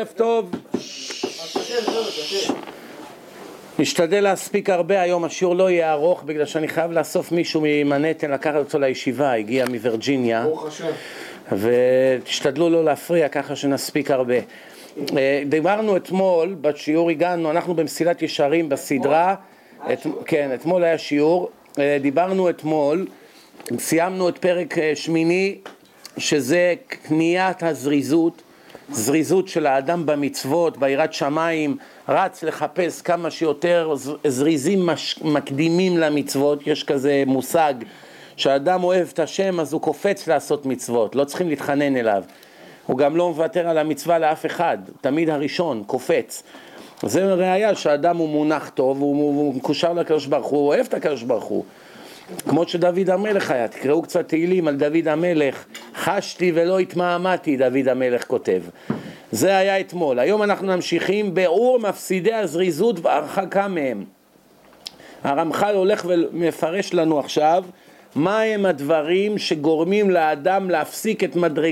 ערב טוב. משתדל להספיק הרבה, היום השיעור לא יהיה ארוך בגלל שאני חייב לאסוף מישהו ממנהטן לקחת אותו לישיבה, הגיע מווירג'יניה ותשתדלו לא להפריע ככה שנספיק הרבה. דיברנו אתמול בשיעור, הגענו, אנחנו במסילת ישרים בסדרה, כן, אתמול היה שיעור, דיברנו אתמול, סיימנו את פרק שמיני שזה קניית הזריזות, זריזות של האדם במצוות, ביראת שמיים, רץ לחפש כמה שיותר זריזים מקדימים למצוות. יש כזה מושג שהאדם אוהב את השם אז הוא קופץ לעשות מצוות, לא צריכים להתחנן אליו, הוא גם לא מוותר על המצווה לאף אחד, תמיד הראשון קופץ. זה ראיה שהאדם הוא מונח טוב, הוא מקושר לקדוש ברוך הוא, הוא אוהב את הקדוש ברוך הוא, כמו שדוד המלך היה. תקראו קצת תהילים על דוד המלך, חשתי ולא התמהמהתי, דוד המלך כותב. זה היה אתמול. היום אנחנו ממשיכים באור מפסידי הזריזות והרחקה מהם. הרמח"ל הולך ומפרש לנו עכשיו מה הם הדברים שגורמים לאדם להפסיד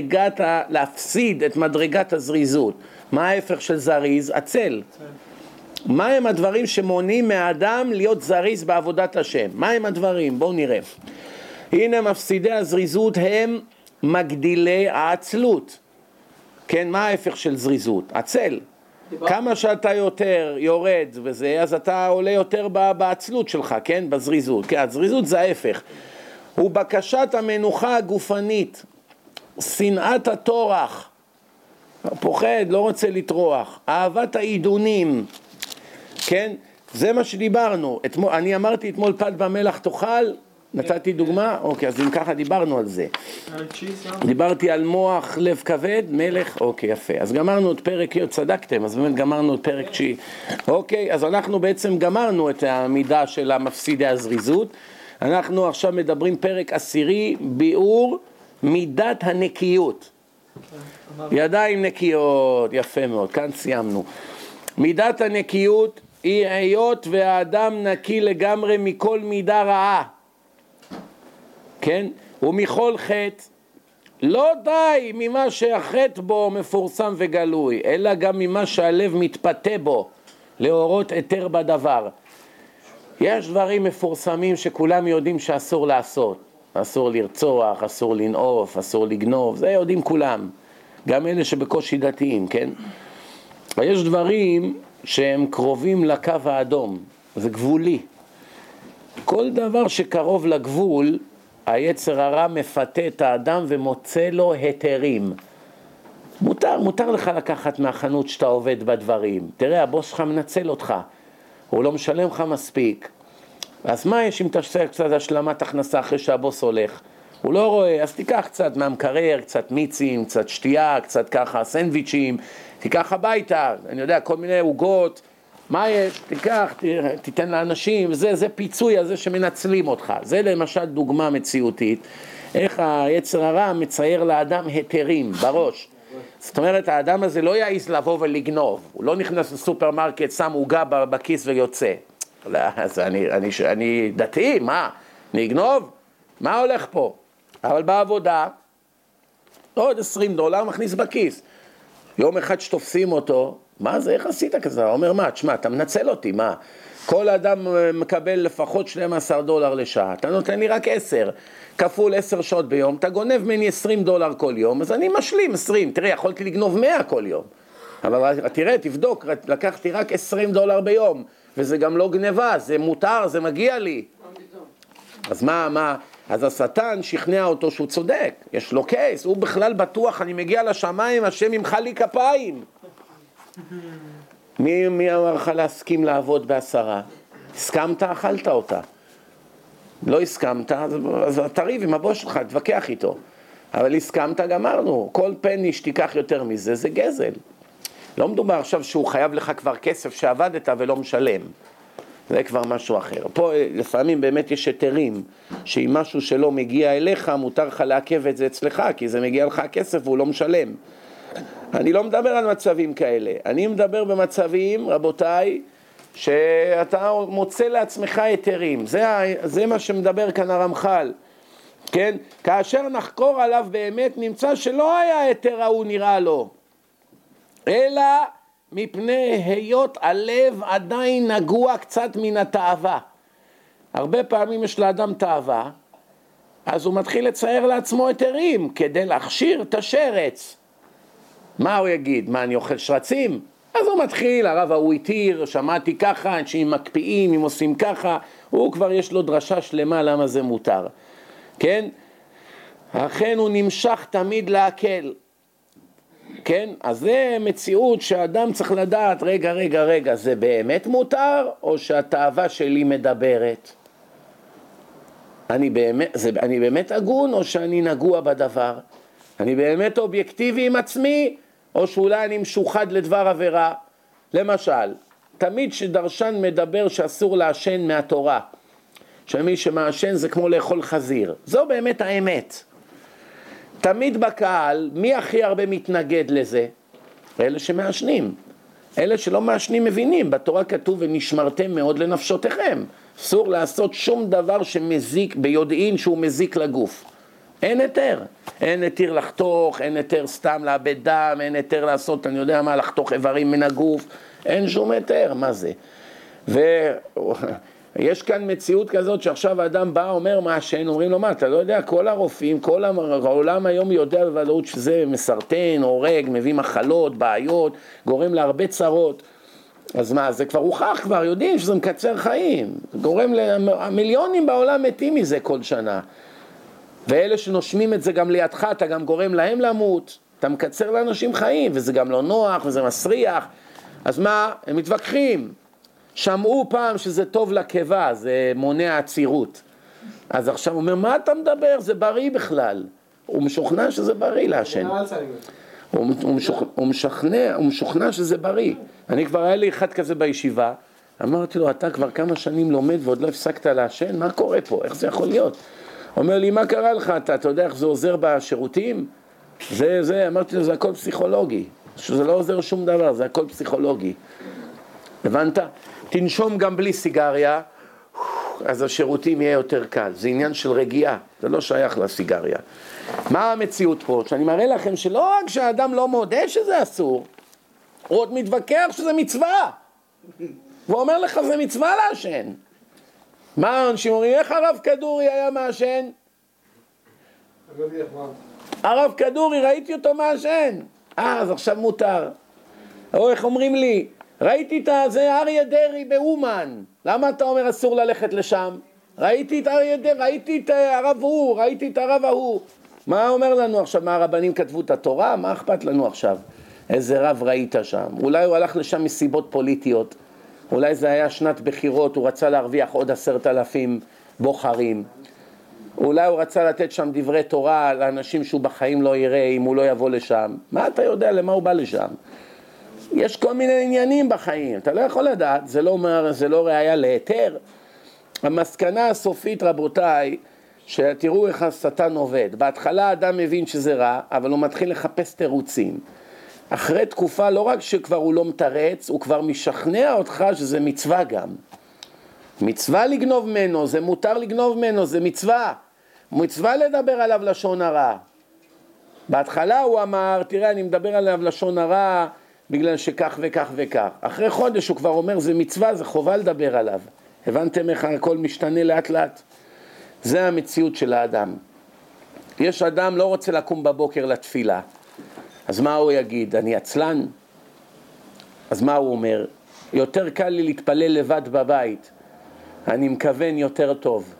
את מדרגת הזריזות. מה ההפך של זריז? עצל. מה הם הדברים שמונעים מהאדם להיות זריז בעבודת השם? מה הם הדברים? בואו נראה. הנה מפסידי הזריזות הם מגדילי העצלות. כן, מה ההפך של זריזות? עצל. כמה שאתה יותר יורד וזה, אז אתה עולה יותר בעצלות שלך, כן? בזריזות. כן, הזריזות זה ההפך. הוא בקשת המנוחה הגופנית, שנאת התורח, פוחד, לא רוצה לטרוח, אהבת העידונים, כן? זה מה שדיברנו. אני אמרתי אתמול פת במלח תאכל, נתתי דוגמה? אוקיי, אז אם ככה דיברנו על זה. דיברתי על מוח לב כבד, מלך, אוקיי, יפה. אז גמרנו את פרק, צדקתם, אז באמת גמרנו את פרק 9. אוקיי, אז אנחנו בעצם גמרנו את המידה של המפסידי הזריזות. אנחנו עכשיו מדברים פרק 10, ביאור מידת הנקיות. ידיים נקיות, יפה מאוד, כאן סיימנו. מידת הנקיות היא היות והאדם נקי לגמרי מכל מידה רעה, כן? ומכל חטא, לא די ממה שהחטא בו מפורסם וגלוי, אלא גם ממה שהלב מתפתה בו, להורות היתר בדבר. יש דברים מפורסמים שכולם יודעים שאסור לעשות, אסור לרצוח, אסור לנעוף, אסור לגנוב, זה יודעים כולם, גם אלה שבקושי דתיים, כן? ויש דברים שהם קרובים לקו האדום, זה גבולי. כל דבר שקרוב לגבול, היצר הרע מפתה את האדם ומוצא לו היתרים. מותר לך לקחת מהחנות שאתה עובד בדברים. תראה, הבוס שלך מנצל אותך, הוא לא משלם לך מספיק. אז מה יש אם תעשה קצת השלמת הכנסה אחרי שהבוס הולך? הוא לא רואה, אז תיקח קצת מהמקרר, קצת מיצים, קצת שתייה, קצת ככה סנדוויצ'ים, תיקח הביתה, אני יודע, כל מיני עוגות, מה יש? תיקח, תיתן לאנשים, זה פיצוי הזה שמנצלים אותך. זה למשל דוגמה מציאותית, איך היצר הרע מצייר לאדם היתרים בראש. זאת אומרת, האדם הזה לא יעיז לבוא ולגנוב, הוא לא נכנס לסופרמרקט, שם עוגה בכיס ויוצא. לא, אז אני דתי, מה? אני אגנוב? מה הולך פה? אבל בעבודה, עוד $20 מכניס בכיס. יום אחד שתופסים אותו, מה זה, איך עשית כזה? הוא אומר, מה, תשמע, אתה מנצל אותי, מה? כל אדם מקבל לפחות $12 לשעה, אתה נותן לי רק 10, כפול 10 שעות ביום, אתה גונב ממני $20 כל יום, אז אני משלים 20, תראה, יכולתי לגנוב 100 כל יום, אבל תראה, תבדוק, לקחתי רק $20 ביום, וזה גם לא גניבה, זה מותר, זה מגיע לי. אז מה? אז השטן שכנע אותו שהוא צודק, יש לו קייס, הוא בכלל בטוח, אני מגיע לשמיים, השם ימחא לי כפיים. מי אמר לך להסכים לעבוד ב10? הסכמת, אכלת אותה. לא הסכמת, אז תריב עם הבוס שלך, תתווכח איתו. אבל הסכמת, גמרנו. כל פני שתיקח יותר מזה, זה גזל. לא מדובר עכשיו שהוא חייב לך כבר כסף שעבדת ולא משלם. זה כבר משהו אחר. פה לפעמים באמת יש היתרים, שאם משהו שלא מגיע אליך, מותר לך לעכב את זה אצלך, כי זה מגיע לך כסף והוא לא משלם. אני לא מדבר על מצבים כאלה, אני מדבר במצבים, רבותיי, שאתה מוצא לעצמך היתרים. זה מה שמדבר כאן הרמח"ל. כן? כאשר נחקור עליו באמת נמצא שלא היה היתר ההוא נראה לו. אלא מפני היות הלב עדיין נגוע קצת מן התאווה. הרבה פעמים יש לאדם תאווה, אז הוא מתחיל לצייר לעצמו היתרים כדי להכשיר את השרץ. מה הוא יגיד? מה, אני אוכל שרצים? אז הוא מתחיל, הרב ההוא התיר, שמעתי ככה, אנשים מקפיאים, אם עושים ככה, הוא כבר יש לו דרשה שלמה למה זה מותר. כן? אכן הוא נמשך תמיד להקל. כן? אז זה מציאות שהאדם צריך לדעת, רגע, זה באמת מותר או שהתאווה שלי מדברת? אני באמת הגון או שאני נגוע בדבר? אני באמת אובייקטיבי עם עצמי או שאולי אני משוחד לדבר עבירה? למשל, תמיד שדרשן מדבר שאסור לעשן מהתורה, שמי שמעשן זה כמו לאכול חזיר, זו באמת האמת. תמיד בקהל, מי הכי הרבה מתנגד לזה? אלה שמעשנים. אלה שלא מעשנים מבינים, בתורה כתוב ונשמרתם מאוד לנפשותיכם. אסור לעשות שום דבר שמזיק, ביודעין שהוא מזיק לגוף. אין היתר. אין היתר לחתוך, אין היתר סתם לאבד דם, אין היתר לעשות, אני יודע מה, לחתוך איברים מן הגוף. אין שום היתר, מה זה? יש כאן מציאות כזאת שעכשיו האדם בא, אומר מעשן, אומרים לו מה, אתה לא יודע, כל הרופאים, כל העולם היום יודע בוודאות שזה מסרטן, הורג, מביא מחלות, בעיות, גורם להרבה צרות. אז מה, זה כבר הוכח, כבר יודעים שזה מקצר חיים, גורם למיליונים בעולם מתים מזה כל שנה. ואלה שנושמים את זה גם לידך, אתה גם גורם להם למות, אתה מקצר לאנשים חיים, וזה גם לא נוח, וזה מסריח. אז מה, הם מתווכחים. שמעו פעם שזה טוב לקיבה, זה מונע עצירות. אז עכשיו הוא אומר, מה אתה מדבר? זה בריא בכלל. הוא משוכנע שזה בריא לעשן. הוא משוכנע שזה בריא. אני כבר היה לי אחד כזה בישיבה, אמרתי לו, אתה כבר כמה שנים לומד ועוד לא הפסקת לעשן? מה קורה פה? איך זה יכול להיות? הוא אומר לי, מה קרה לך? אתה יודע איך זה עוזר בשירותים? אמרתי לו, זה הכל פסיכולוגי. שזה לא עוזר שום דבר, זה הכל פסיכולוגי. הבנת? תנשום גם בלי סיגריה, אז השירותים יהיה יותר קל. זה עניין של רגיעה, זה לא שייך לסיגריה. מה המציאות פה? שאני מראה לכם שלא רק שהאדם לא מודה שזה אסור, הוא עוד מתווכח שזה מצווה. הוא אומר לך זה מצווה לעשן. מה האנשים אומרים? איך הרב כדורי היה מעשן? הרב כדורי, ראיתי אותו מעשן. אז עכשיו מותר. או איך אומרים לי? ראיתי את זה אריה דרעי באומן. למה אתה אומר אסור ללכת לשם? ראיתי את אריה דרעי, ראיתי את הרב הוא, ראיתי את הרב ההוא. מה אומר לנו עכשיו? מה הרבנים כתבו את התורה? מה אכפת לנו עכשיו? איזה רב ראית שם? אולי הוא הלך לשם מסיבות פוליטיות. אולי זה היה שנת בחירות, הוא רצה להרוויח עוד 10,000 בוחרים. אולי הוא רצה לתת שם דברי תורה לאנשים שהוא בחיים לא יראה אם הוא לא יבוא לשם. מה אתה יודע למה הוא בא לשם? יש כל מיני עניינים בחיים, אתה לא יכול לדעת, זה לא ראיה להיתר. המסקנה הסופית, רבותיי, שתראו איך השטן עובד. בהתחלה האדם מבין שזה רע, אבל הוא מתחיל לחפש תירוצים. אחרי תקופה, לא רק שכבר הוא לא מתרץ, הוא כבר משכנע אותך שזה מצווה גם. מצווה לגנוב ממנו, זה מותר לגנוב ממנו, זה מצווה. מצווה לדבר עליו לשון הרע. בהתחלה הוא אמר, תראה, אני מדבר עליו לשון הרע, בגלל שכך וכך וכך. אחרי חודש הוא כבר אומר, זה מצווה, זה חובה לדבר עליו. הבנתם איך הכל משתנה לאט לאט? זה המציאות של האדם. יש אדם לא רוצה לקום בבוקר לתפילה. אז מה הוא יגיד? אני עצלן? אז מה הוא אומר? יותר קל לי להתפלל לבד בבית. אני מכוון יותר טוב.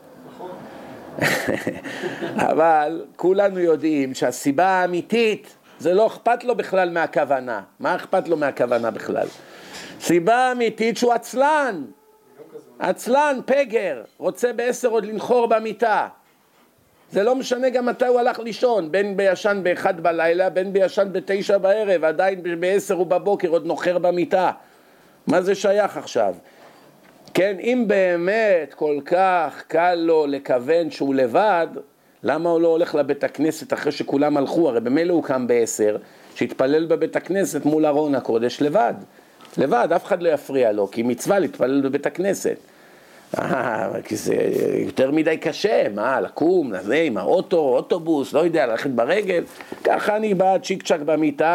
אבל כולנו יודעים שהסיבה האמיתית, זה לא אכפת לו בכלל מהכוונה. מה אכפת לו מהכוונה בכלל? סיבה אמיתית שהוא עצלן. עצלן, פגר, רוצה ב10 עוד לנחור במיטה. זה לא משנה גם מתי הוא הלך לישון, בין בישן ב1 בלילה, בין בישן ב9 בערב, עדיין ב10 ובבוקר עוד נוחר במיטה. מה זה שייך עכשיו? כן, אם באמת כל כך קל לו לכוון שהוא לבד, למה הוא לא הולך לבית הכנסת אחרי שכולם הלכו? הרי במילא הוא קם ב10, שהתפלל בבית הכנסת מול ארון הקודש לבד. לבד, אף אחד לא יפריע לו, כי מצווה להתפלל בבית הכנסת. כי זה יותר מדי קשה, לקום, לזה, עם האוטובוס, לא יודע, ללכת ברגל. ככה אני בא צ'יק צ'ק במיטה,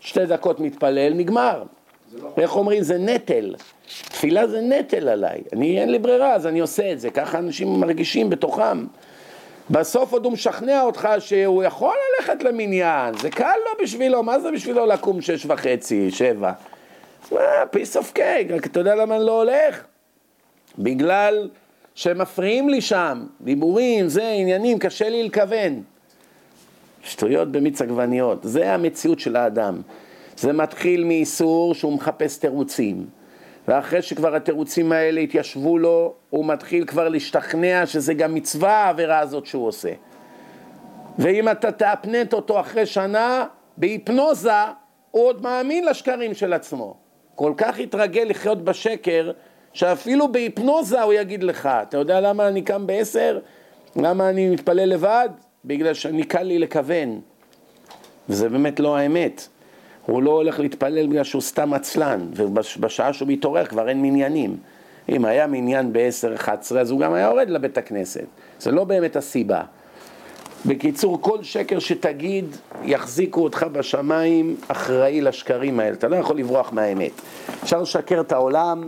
2 דקות מתפלל, נגמר. איך אומרים? זה נטל. תפילה זה נטל עליי. אין לי ברירה, אז אני עושה את זה. ככה אנשים מרגישים בתוכם. בסוף עוד הוא משכנע אותך שהוא יכול ללכת למניין. זה קל לו בשבילו. מה זה בשבילו לקום 6:30, 7? piece of cake. רק אתה יודע למה אני לא הולך? בגלל שמפריעים לי שם. דיבורים, זה עניינים, קשה לי לכוון. שטויות במיץ עגבניות. זה המציאות של האדם. זה מתחיל מאיסור שהוא מחפש תירוצים. ואחרי שכבר התירוצים האלה התיישבו לו, הוא מתחיל כבר להשתכנע שזה גם מצווה העבירה הזאת שהוא עושה. ואם אתה תאפנט אותו אחרי שנה, בהיפנוזה, הוא עוד מאמין לשקרים של עצמו. כל כך התרגל לחיות בשקר, שאפילו בהיפנוזה הוא יגיד לך, אתה יודע למה אני קם ב10? למה אני מתפלל לבד? בגלל שאני קל לי לכוון. וזה באמת לא האמת. הוא לא הולך להתפלל בגלל שהוא סתם עצלן, ובשעה שהוא מתעורר כבר אין מניינים. אם היה מניין ב10-11, אז הוא גם היה יורד לבית הכנסת. זה לא באמת הסיבה. בקיצור, כל שקר שתגיד, יחזיקו אותך בשמיים אחראי לשקרים האלה. אתה לא יכול לברוח מהאמת. אפשר לשקר את העולם.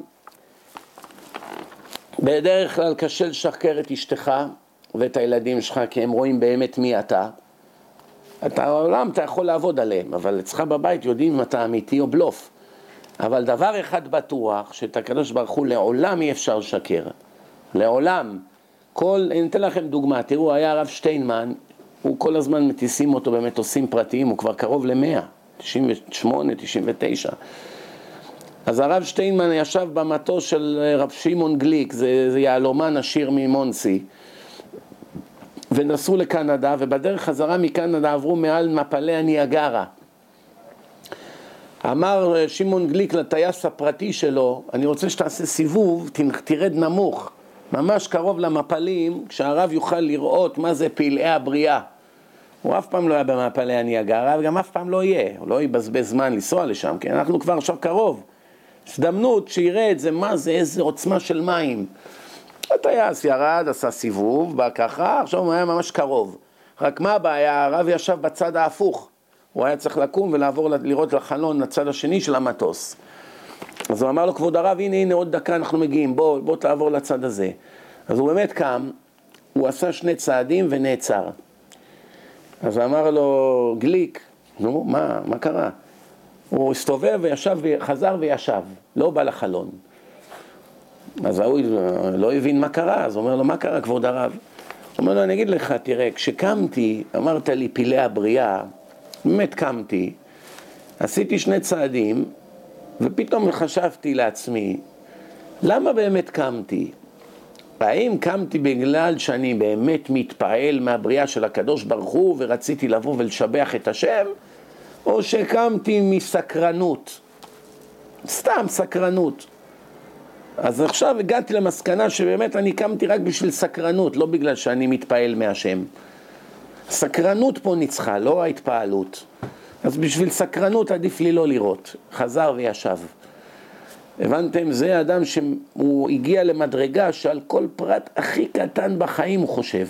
בדרך כלל קשה לשקר את אשתך ואת הילדים שלך, כי הם רואים באמת מי אתה. העולם אתה יכול לעבוד עליהם, אבל אצלך בבית יודעים אם אתה אמיתי או בלוף. אבל דבר אחד בטוח, שאת הקדוש ברוך הוא לעולם אי אפשר לשקר. לעולם. אני אתן לכם דוגמה, תראו, היה הרב שטיינמן, הוא כל הזמן מטיסים אותו במטוסים פרטיים, הוא כבר קרוב ל100, 98, 99. אז הרב שטיינמן ישב במטוס של רב שמעון גליק, זה יהלומן עשיר ממונסי, ונסעו לקנדה, ובדרך חזרה מקנדה עברו מעל מפלי הניאגרה. אמר שמעון גליק לטייס הפרטי שלו, אני רוצה שתעשה סיבוב, תרד נמוך, ממש קרוב למפלים, כשהרב יוכל לראות מה זה פלאי הבריאה. הוא אף פעם לא היה במפלי הניאגרה, וגם אף פעם לא יהיה, הוא לא יבזבז זמן לנסוע לשם, כי אנחנו כבר עכשיו קרוב. הזדמנות שיראה את זה, מה זה, איזה עוצמה של מים. הטייס ירד, עשה סיבוב, בא ככה, עכשיו הוא היה ממש קרוב. רק מה הבעיה? הרב ישב בצד ההפוך. הוא היה צריך לקום ולעבור לראות לחלון לצד השני של המטוס. אז הוא אמר לו, כבוד הרב, הנה עוד דקה אנחנו מגיעים, בוא תעבור לצד הזה. אז הוא באמת קם, הוא עשה 2 צעדים ונעצר. אז הוא אמר לו, גליק, נו, מה קרה? הוא הסתובב וישב, חזר וישב, לא בא לחלון. אז הוא לא הבין מה קרה, אז הוא אומר לו, מה קרה כבוד הרב? הוא אומר לו, אני אגיד לך, תראה, כשקמתי, אמרת לי פלאי הבריאה, באמת קמתי, עשיתי 2 צעדים, ופתאום חשבתי לעצמי, למה באמת קמתי? האם קמתי בגלל שאני באמת מתפעל מהבריאה של הקדוש ברוך הוא, ורציתי לבוא ולשבח את השם, או שקמתי מסקרנות? סתם סקרנות. אז עכשיו הגעתי למסקנה שבאמת אני קמתי רק בשביל סקרנות, לא בגלל שאני מתפעל מהשם. סקרנות פה ניצחה, לא ההתפעלות. אז בשביל סקרנות עדיף לי לא לראות. חזר וישב. הבנתם? זה האדם שהוא הגיע למדרגה שעל כל פרט הכי קטן בחיים הוא חושב.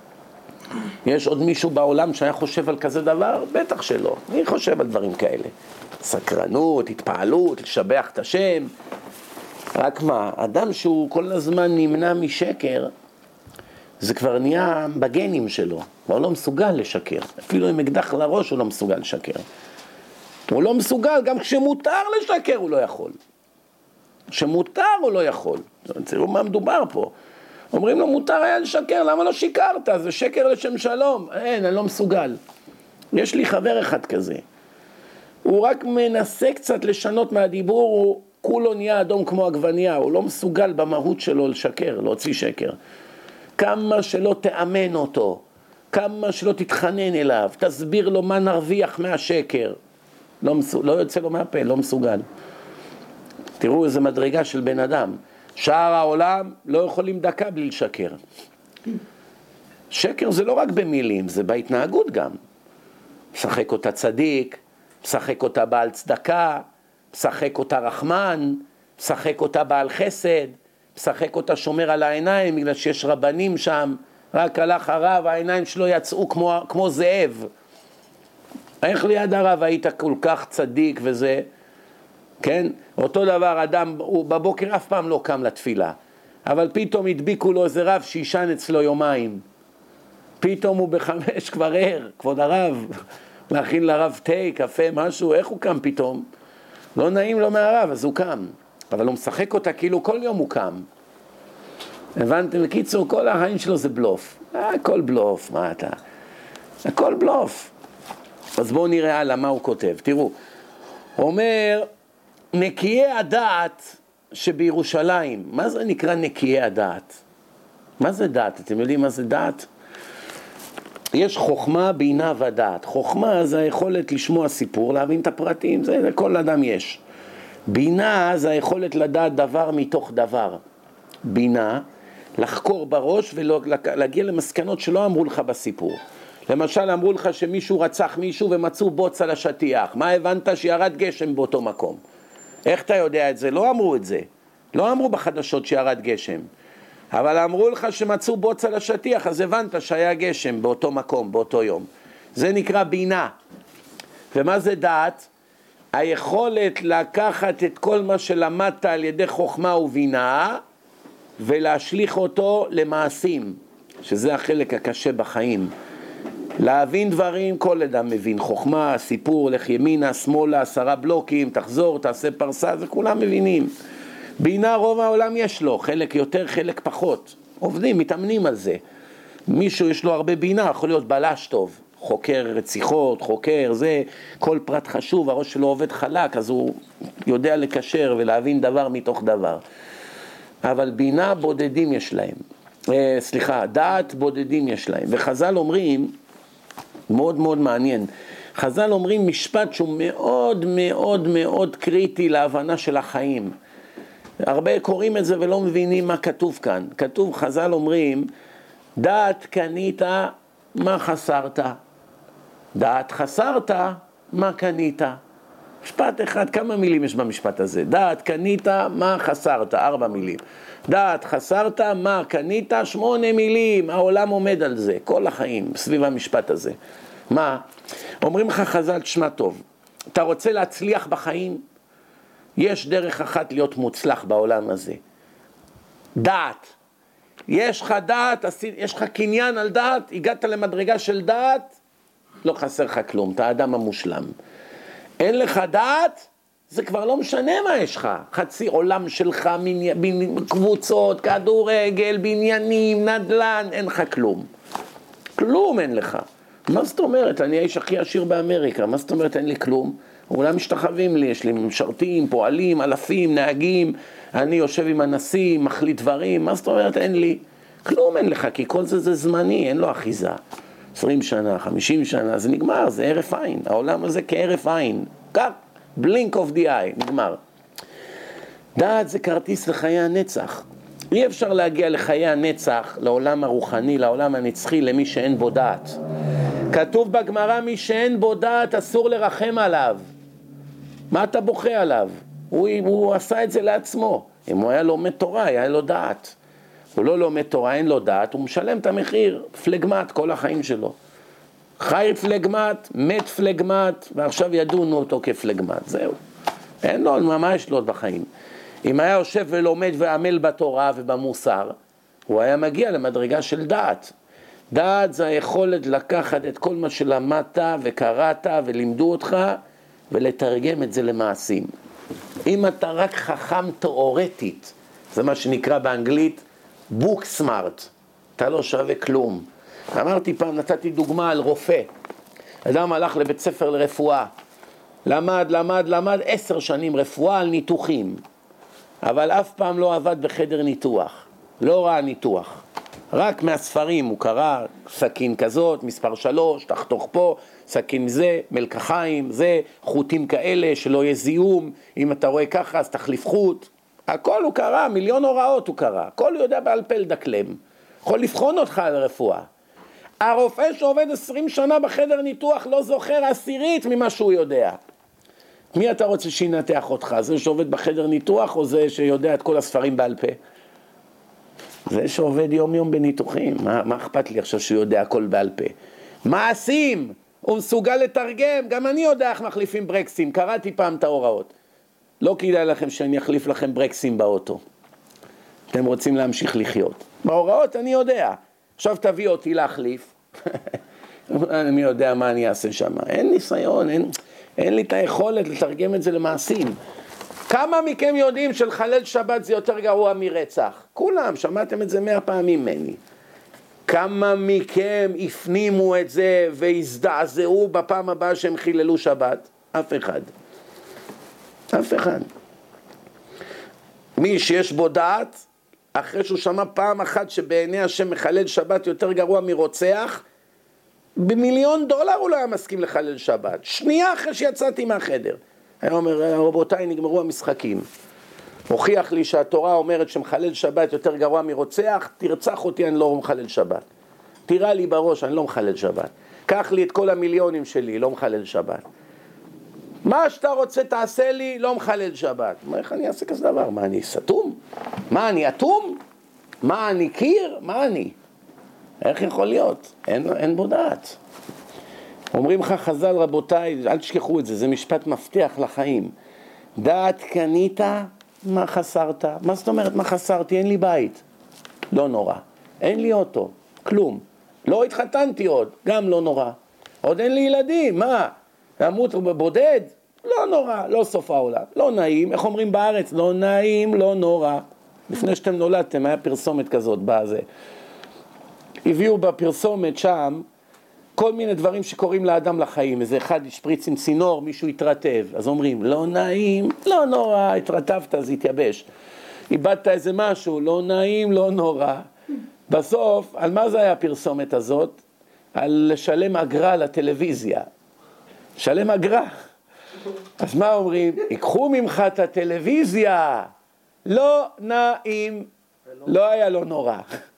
יש עוד מישהו בעולם שהיה חושב על כזה דבר? בטח שלא. מי חושב על דברים כאלה? סקרנות, התפעלות, לשבח את השם. רק מה, אדם שהוא כל הזמן נמנע משקר, זה כבר נהיה בגנים שלו. הוא לא מסוגל לשקר. אפילו עם אקדח לראש הוא לא מסוגל לשקר. הוא לא מסוגל, גם כשמותר לשקר הוא לא יכול. כשמותר הוא לא יכול. תראו מה מדובר פה. אומרים לו, מותר היה לשקר, למה לא שיקרת? זה שקר לשם שלום. אין, אני לא מסוגל. יש לי חבר אחד כזה. הוא רק מנסה קצת לשנות מהדיבור, הוא כולו נהיה אדום כמו עגבנייה, הוא לא מסוגל במהות שלו לשקר, להוציא שקר. כמה שלא תאמן אותו, כמה שלא תתחנן אליו, תסביר לו מה נרוויח מהשקר. לא יוצא לו מהפה, לא מסוגל. תראו איזה מדרגה של בן אדם. שאר העולם לא יכולים דקה בלי לשקר. שקר זה לא רק במילים, זה בהתנהגות גם. משחק אותה צדיק, משחק אותה בעל צדקה, משחק אותה רחמן, משחק אותה בעל חסד, משחק אותה שומר על העיניים, בגלל שיש רבנים שם, רק הלך הרב, העיניים שלו יצאו כמו זאב. איך ליד הרב היית כל כך צדיק וזה, כן? אותו דבר אדם, הוא בבוקר אף פעם לא קם לתפילה, אבל פתאום הדביקו לו איזה רב שישן אצלו יומיים, פתאום הוא ב5 כבר ער, כבוד הרב, להכין לרב תה, קפה, משהו, איך הוא קם פתאום? לא נעים לו מהרב, אז הוא קם, אבל הוא משחק אותה כאילו כל יום הוא קם. הבנתם? בקיצור, כל החיים שלו זה בלוף. הכל בלוף, מה אתה? הכל בלוף. אז בואו נראה הלאה מה הוא כותב. תראו, הוא אומר, נקיי הדעת שבירושלים. מה זה נקרא נקיי הדעת? מה זה דעת? אתם יודעים מה זה דעת? יש חוכמה, בינה ודעת. חוכמה זה היכולת לשמוע סיפור, להבין את הפרטים, זה לכל אדם יש. בינה זה היכולת לדעת דבר מתוך דבר. בינה, לחקור בראש ולהגיע למסקנות שלא אמרו לך בסיפור. למשל אמרו לך שמישהו רצח מישהו ומצאו בוץ על השטיח. מה הבנת? שירד גשם באותו מקום. איך אתה יודע את זה? לא אמרו את זה. לא אמרו בחדשות שירד גשם. אבל אמרו לך שמצאו בוץ על השטיח, אז הבנת שהיה גשם באותו מקום, באותו יום. זה נקרא בינה. ומה זה דעת? היכולת לקחת את כל מה שלמדת על ידי חוכמה ובינה, ולהשליך אותו למעשים, שזה החלק הקשה בחיים. להבין דברים, כל אדם מבין. חוכמה, סיפור, לך ימינה, שמאלה, 10 בלוקים, תחזור, תעשה פרסה, זה כולם מבינים. בינה רוב העולם יש לו, חלק יותר, חלק פחות. עובדים, מתאמנים על זה. מישהו יש לו הרבה בינה, יכול להיות בלש טוב, חוקר רציחות, חוקר זה, כל פרט חשוב, הראש שלו עובד חלק, אז הוא יודע לקשר ולהבין דבר מתוך דבר. אבל בינה בודדים יש להם, דעת בודדים יש להם. וחז"ל אומרים, מאוד מאוד מעניין, חז"ל אומרים משפט שהוא מאוד מאוד מאוד קריטי להבנה של החיים. הרבה קוראים את זה ולא מבינים מה כתוב כאן. כתוב, חז"ל אומרים, דעת קנית, מה חסרת? דעת חסרת, מה קנית? משפט אחד, כמה מילים יש במשפט הזה? דעת קנית, מה חסרת? 4 מילים. דעת חסרת, מה קנית? 8 מילים. העולם עומד על זה, כל החיים, סביב המשפט הזה. מה? אומרים לך חז"ל, תשמע טוב, אתה רוצה להצליח בחיים? יש דרך אחת להיות מוצלח בעולם הזה. דעת. יש לך דעת, יש לך קניין על דעת, הגעת למדרגה של דעת, לא חסר לך כלום, אתה האדם המושלם. אין לך דעת, זה כבר לא משנה מה יש לך. חצי עולם שלך, קבוצות, כדורגל, בניינים, נדל"ן, אין לך כלום. כלום אין לך. מה זאת אומרת? אני האיש הכי עשיר באמריקה, מה זאת אומרת אין לי כלום? אולי משתחווים לי, יש לי משרתים, פועלים, אלפים, נהגים, אני יושב עם הנשיא, מחליט דברים, מה זאת אומרת אין לי? כלום אין לך, כי כל זה זמני, אין לו אחיזה. 20 שנה, 50 שנה, זה נגמר, זה ערף עין. העולם הזה כערף עין. כך, blink of the eye, נגמר. דעת זה כרטיס לחיי הנצח. אי אפשר להגיע לחיי הנצח, לעולם הרוחני, לעולם הנצחי, למי שאין בו דעת. כתוב בגמרא, מי שאין בו דעת אסור לרחם עליו. מה אתה בוכה עליו? הוא עשה את זה לעצמו. אם הוא היה לומד תורה, היה לו דעת. הוא לא לומד תורה, אין לו דעת, הוא משלם את המחיר, פלגמט כל החיים שלו. חי פלגמט, מת פלגמט, ועכשיו ידונו אותו כפלגמט, זהו. אין לו, מה יש לו בחיים? אם היה יושב ולומד ועמל בתורה ובמוסר, הוא היה מגיע למדרגה של דעת. דעת זה היכולת לקחת את כל מה שלמדת וקראת ולימדו אותך, ולתרגם את זה למעשים. אם אתה רק חכם תיאורטית, זה מה שנקרא באנגלית, book smart, אתה לא שווה כלום. אמרתי פעם, נתתי דוגמה על רופא. אדם הלך לבית ספר לרפואה, למד 10 שנים רפואה על ניתוחים, אבל אף פעם לא עבד בחדר ניתוח, לא ראה ניתוח. רק מהספרים הוא קרא סכין כזאת, מספר 3, תחתוך פה, סכין זה, מלקחיים, זה, חוטים כאלה, שלא יהיה זיהום, אם אתה רואה ככה אז תחליף חוט. הכל הוא קרא, 1,000,000 הוראות הוא קרא, הכל הוא יודע בעל פה לדקלם, יכול לבחון אותך על הרפואה. הרופא שעובד 20 שנה בחדר ניתוח לא זוכר 10 ממה שהוא יודע. מי אתה רוצה שינתח אותך? זה שעובד בחדר ניתוח או זה שיודע את כל הספרים בעל פה? זה שעובד יום יום בניתוחים, מה אכפת לי עכשיו שהוא יודע הכל בעל פה? מעשים, הוא מסוגל לתרגם, גם אני יודע איך מחליפים ברקסים, קראתי פעם את ההוראות. לא כדאי לכם שאני אחליף לכם ברקסים באוטו. אתם רוצים להמשיך לחיות. בהוראות אני יודע. עכשיו תביא אותי להחליף. אני יודע מה אני אעשה שם. אין ניסיון, אין לי את היכולת לתרגם את זה למעשים. כמה מכם יודעים שלחלל שבת זה יותר גרוע מרצח? כולם, שמעתם את זה 100 פעמים ממני. כמה מכם הפנימו את זה והזדעזעו בפעם הבאה שהם חיללו שבת? אף אחד. אף אחד. מי שיש בו דעת, אחרי שהוא שמע פעם אחת שבעיני השם מחלל שבת יותר גרוע מרוצח, $1,000,000 הוא לא היה מסכים לחלל שבת. שנייה אחרי שיצאתי מהחדר. היה אומר, רבותיי, נגמרו המשחקים. הוכיח לי שהתורה אומרת שמחלל שבת יותר גרוע מרוצח, תרצח אותי, אני לא מחלל שבת. תירה לי בראש, אני לא מחלל שבת. קח לי את כל $1,000,000 שלי, לא מחלל שבת. מה שאתה רוצה תעשה לי, לא מחלל שבת. מה, איך אני אעשה כזה דבר? מה, אני סתום? מה, אני אטום? מה, אני קיר? מה אני? איך יכול להיות? אין בו דעת. אומרים לך חז"ל, רבותיי, אל תשכחו את זה, זה משפט מפתח לחיים. דעת קנית, מה חסרת? מה זאת אומרת מה חסרתי? אין לי בית. לא נורא. אין לי אוטו, כלום. לא התחתנתי עוד, גם לא נורא. עוד אין לי ילדים, מה? למות בבודד? לא נורא, לא סוף העולם. לא נעים, איך אומרים בארץ? לא נעים, לא נורא. לפני שאתם נולדתם, היה פרסומת כזאת בזה. הביאו בפרסומת שם כל מיני דברים שקוראים לאדם לחיים. איזה אחד שפריץ עם צינור, מישהו התרטב. אז אומרים, לא נעים, לא נורא, התרטבת, אז התייבש. איבדת איזה משהו, לא נעים, לא נורא. בסוף, על מה זה היה הפרסומת הזאת? על לשלם אגרה לטלוויזיה. שלם אגרה. אז מה אומרים? ייקחו ממך את הטלוויזיה. לא נעים. לא היה לא נורא.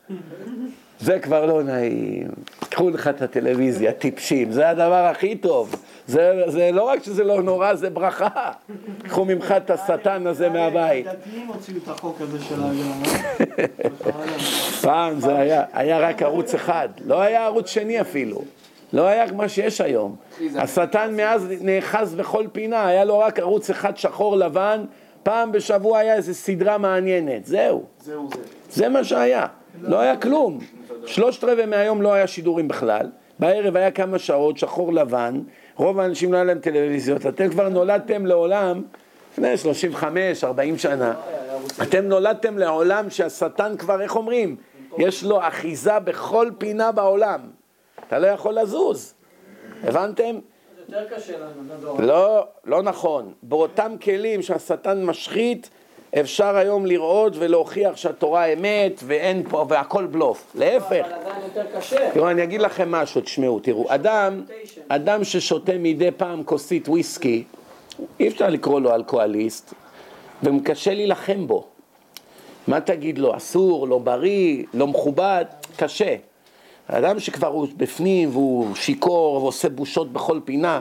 זה כבר לא נעים. קחו לך את הטלוויזיה, טיפשים. זה הדבר הכי טוב. זה לא רק שזה לא נורא, זה ברכה. קחו ממך את השטן הזה מהבית. דתיים הוציאו את החוק הזה של האגרה. פעם זה היה רק ערוץ אחד. לא היה ערוץ שני אפילו. לא היה כמו שיש היום. השטן מאז נאחז בכל פינה. היה לו רק ערוץ אחד שחור לבן. פעם בשבוע היה איזו סדרה מעניינת. זהו. זה מה שהיה. לא היה כלום. 3/4 מהיום לא היה שידורים בכלל. בערב היה כמה שעות, שחור לבן. רוב האנשים לא היה להם טלוויזיות. אתם כבר נולדתם לעולם, לפני 35-40 שנה. אתם נולדתם לעולם שהשטן כבר, איך אומרים? יש לו אחיזה בכל פינה בעולם. אתה לא יכול לזוז. הבנתם? זה יותר קשה לנו. לא נכון. באותם כלים שהשטן משחית, אפשר היום לראות ולהוכיח שהתורה אמת ואין פה והכל בלוף. להפך. אבל עדיין יותר קשה. תראו, אני אגיד לכם משהו, תשמעו, תראו. אדם ששותה מדי פעם כוסית וויסקי, אי אפשר לקרוא לו אלכוהוליסט, ומקשה להילחם בו. מה תגיד לו? אסור, לא בריא, לא מכובד, קשה. האדם שכבר הוא בפנים והוא שיקור ועושה בושות בכל פינה,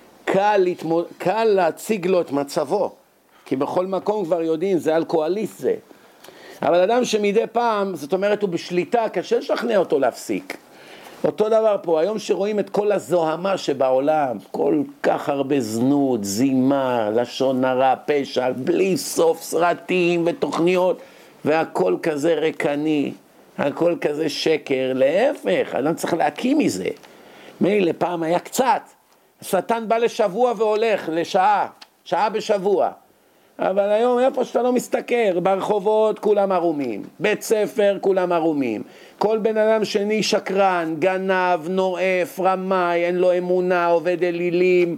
קל להציג לו את מצבו. כי בכל מקום כבר יודעים, זה אלכוהוליסט זה. אבל אדם שמדי פעם, זאת אומרת, הוא בשליטה, קשה לשכנע אותו להפסיק. אותו דבר פה, היום שרואים את כל הזוהמה שבעולם, כל כך הרבה זנות, זימה, לשון הרע, פשע, בלי סוף סרטים ותוכניות, והכל כזה ריקני, הכל כזה שקר, להפך, אדם צריך להקים מזה. מילא פעם היה קצת, השטן בא לשבוע והולך, שעה בשבוע. אבל היום איפה שאתה לא מסתכר, ברחובות כולם ערומים, בית ספר כולם ערומים, כל בן אדם שני שקרן, גנב, נואף, רמאי, אין לו אמונה, עובד אלילים,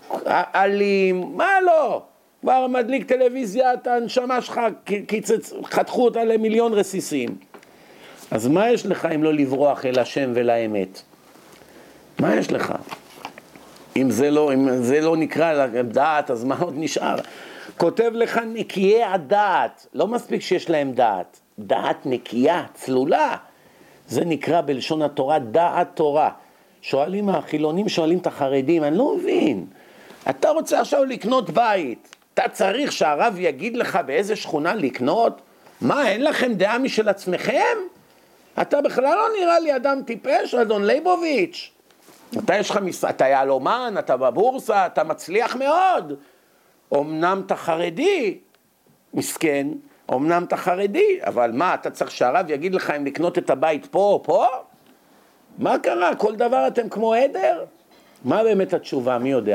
אלים, מה לא? כבר מדליק טלוויזיה, אתה הנשמה שלך, חתכו אותה ל1,000,000 רסיסים. אז מה יש לך אם לא לברוח אל השם ולאמת? מה יש לך? אם זה לא נקרא דעת, אז מה עוד נשאר? כותב לך נקיי הדעת, לא מספיק שיש להם דעת, דעת נקייה, צלולה, זה נקרא בלשון התורה דעת תורה. שואלים החילונים, שואלים את החרדים, אני לא מבין, אתה רוצה עכשיו לקנות בית, אתה צריך שהרב יגיד לך באיזה שכונה לקנות? מה, אין לכם דעה משל עצמכם? אתה בכלל לא נראה לי אדם טיפש, אדון ליבוביץ'. אתה יעלומן, אתה בבורסה, אתה מצליח מאוד. אמנם אתה חרדי, מסכן, אמנם אתה חרדי, אבל מה, אתה צריך שהרב יגיד לך אם לקנות את הבית פה או פה? מה קרה? כל דבר אתם כמו עדר? מה באמת התשובה? מי יודע?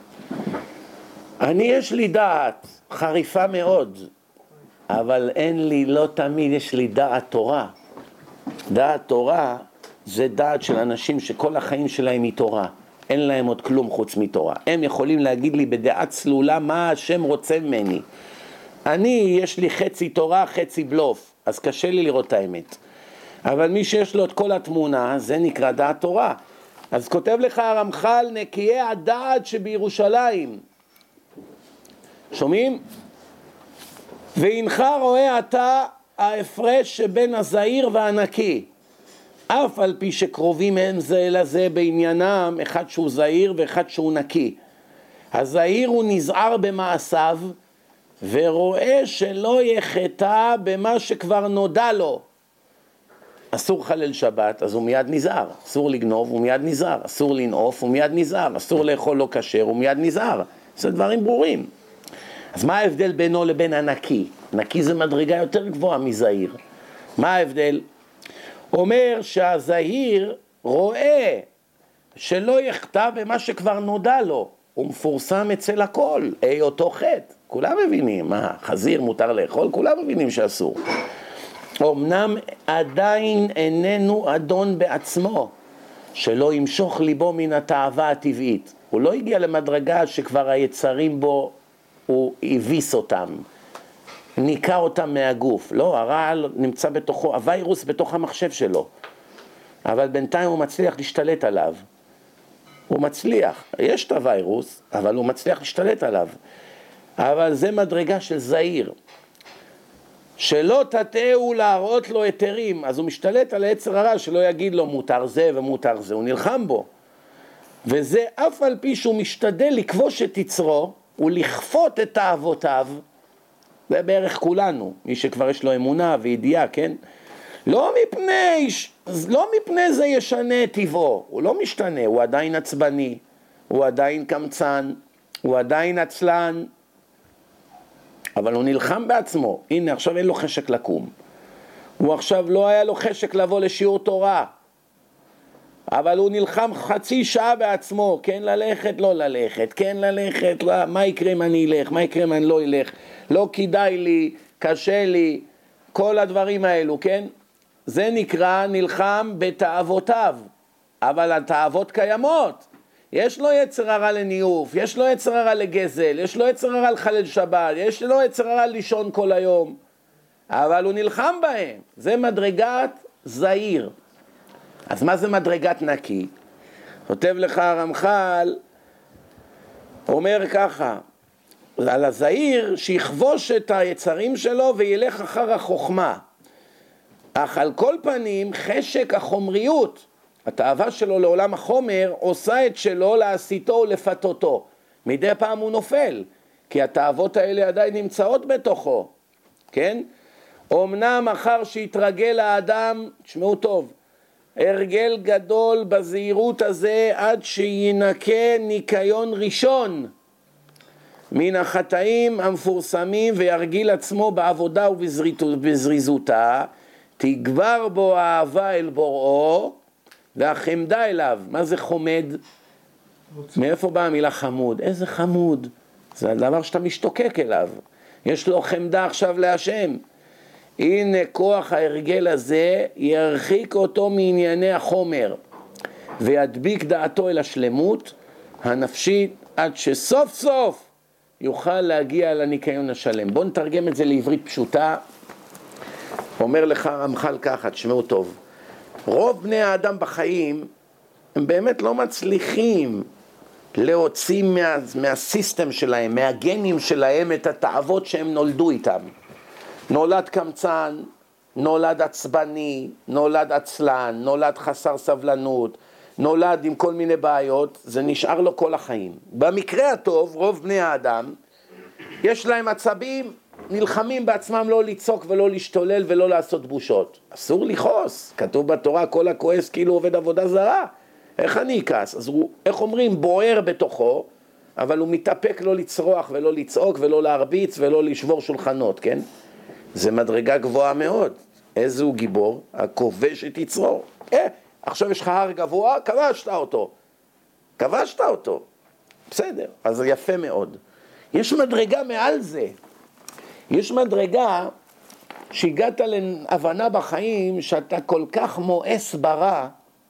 יש לי דעת חריפה מאוד, אבל אין לי, לא תמיד יש לי דעת תורה. דעת תורה זה דעת של אנשים שכל החיים שלהם היא תורה. אין להם עוד כלום חוץ מתורה. הם יכולים להגיד לי בדעה צלולה מה השם רוצה ממני. יש לי חצי תורה, חצי בלוף, אז קשה לי לראות את האמת. אבל מי שיש לו את כל התמונה, זה נקרא דעת תורה. אז כותב לך הרמח"ל, נקיי הדעת שבירושלים. שומעים? והנך רואה אתה ההפרש שבין הזעיר והנקי. אף על פי שקרובים הם זה לזה בעניינם, אחד שהוא זעיר ואחד שהוא נקי. הזעיר הוא נזהר במעשיו, ורואה שלא יחטא במה שכבר נודע לו. אסור חלל שבת, אז הוא מיד נזהר. אסור לגנוב, הוא מיד נזהר. אסור לנעוף, הוא מיד נזהר. אסור לאכול לא כשר, הוא מיד נזהר. זה דברים ברורים. אז מה ההבדל בינו לבין הנקי? נקי זה מדרגה יותר גבוהה מזעיר. מה ההבדל? אומר שהזעיר רואה שלא יחטא במה שכבר נודע לו. הוא מפורסם אצל הכל, אותו חטא. כולם מבינים, חזיר מותר לאכול? כולם מבינים שאסור. אמנם עדיין איננו אדון בעצמו, שלא ימשוך ליבו מן התאווה הטבעית. הוא לא הגיע למדרגה שכבר היצרים בו, הוא הביס אותם, ניקה אותם מהגוף. לא, הרעל נמצא בתוכו, הווירוס בתוך המחשב שלו. אבל בינתיים הוא מצליח להשתלט עליו. הוא מצליח, יש את הווירוס, אבל הוא מצליח להשתלט עליו. אבל זה מדרגה של זעיר. שלא תטעו להראות לו היתרים, אז הוא משתלט על היצר הרע, שלא יגיד לו מותר זה ומותר זה, הוא נלחם בו. וזה אף על פי שהוא משתדל לכבוש את יצרו, ולכפות את תאוותיו, זה בערך כולנו, מי שכבר יש לו אמונה וידיעה, כן? לא מפני זה ישנה את טבעו, הוא לא משתנה, הוא עדיין עצבני, הוא עדיין קמצן, הוא עדיין עצלן, אבל הוא נלחם בעצמו. הנה, עכשיו אין לו חשק לקום. הוא עכשיו לא היה לו חשק לבוא לשיעור תורה. אבל הוא נלחם חצי שעה בעצמו. כן ללכת, לא ללכת. כן ללכת, לא. מה יקרה אם אני אלך? מה יקרה אם אני לא אלך? לא כדאי לי, קשה לי. כל הדברים האלו, כן? זה נקרא נלחם בתאוותיו. אבל התאוות קיימות. יש לו יצר הרע לניאוף, יש לו יצר הרע לגזל, יש לו יצר הרע לחלל שבת, יש לו יצר הרע לישון כל היום. אבל הוא נלחם בהם. זה מדרגת זעיר. אז מה זה מדרגת נקי? כותב לך הרמח"ל, אומר ככה, על הזעיר שיכבוש את היצרים שלו וילך אחר החוכמה. אך על כל פנים חשק החומריות, התאווה שלו לעולם החומר, עושה את שלו לעשיתו ולפתותו. מדי פעם הוא נופל, כי התאוות האלה עדיין נמצאות בתוכו, כן? אמנם אחר שהתרגל האדם, תשמעו טוב, הרגל גדול בזהירות הזה עד שינקה ניקיון ראשון מן החטאים המפורסמים וירגיל עצמו בעבודה ובזריזותה, תגבר בו האהבה אל בוראו והחמדה אליו. מה זה חומד? מאיפה באה המילה חמוד? איזה חמוד? זה הדבר שאתה משתוקק אליו. יש לו חמדה עכשיו להשם. הנה כוח ההרגל הזה ירחיק אותו מענייני החומר וידביק דעתו אל השלמות הנפשית עד שסוף סוף יוכל להגיע לניקיון השלם. בוא נתרגם את זה לעברית פשוטה. אומר לך רמח"ל ככה, תשמעו טוב. רוב בני האדם בחיים הם באמת לא מצליחים להוציא מהסיסטם שלהם, מהגנים שלהם את התאוות שהם נולדו איתם. נולד קמצן, נולד עצבני, נולד עצלן, נולד חסר סבלנות, נולד עם כל מיני בעיות, זה נשאר לו כל החיים. במקרה הטוב, רוב בני האדם, יש להם עצבים, נלחמים בעצמם לא לצעוק ולא להשתולל ולא לעשות בושות. אסור לכעוס, כתוב בתורה כל הכועס כאילו עובד עבודה זרה. איך אני אכעס? אז הוא, איך אומרים, בוער בתוכו, אבל הוא מתאפק לא לצרוח ולא לצעוק ולא להרביץ ולא לשבור שולחנות, כן? זה מדרגה גבוהה מאוד. איזה הוא גיבור? הכובש את יצרו. עכשיו יש לך הר גבוה, כבשת אותו. בסדר, אז זה יפה מאוד. יש מדרגה מעל זה. יש מדרגה שהגעת להבנה בחיים שאתה כל כך מואס ברע,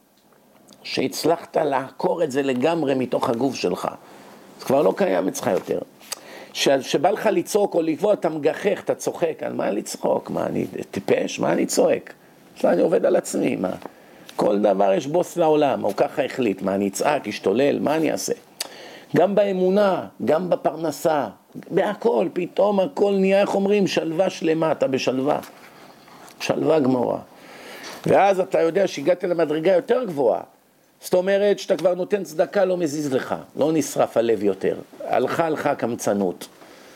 שהצלחת לעקור את זה לגמרי מתוך הגוף שלך. זה כבר לא קיים אצלך יותר. שבא לך לצעוק או לקבוע, אתה מגחך, אתה צוחק. על מה לצחוק? מה, אני טיפש? מה אני צועק? אני עובד על עצמי, מה? כל דבר יש בוס לעולם, הוא ככה החליט. מה, אני אצעק, אשתולל, מה אני אעשה? גם באמונה, גם בפרנסה, בהכל, פתאום הכל נהיה, איך אומרים, שלווה שלמה, אתה בשלווה. שלווה גמורה. ואז אתה יודע שהגעת למדרגה יותר גבוהה. זאת אומרת שאתה כבר נותן צדקה, לא מזיז לך, לא נשרף הלב יותר. הלכה קמצנות.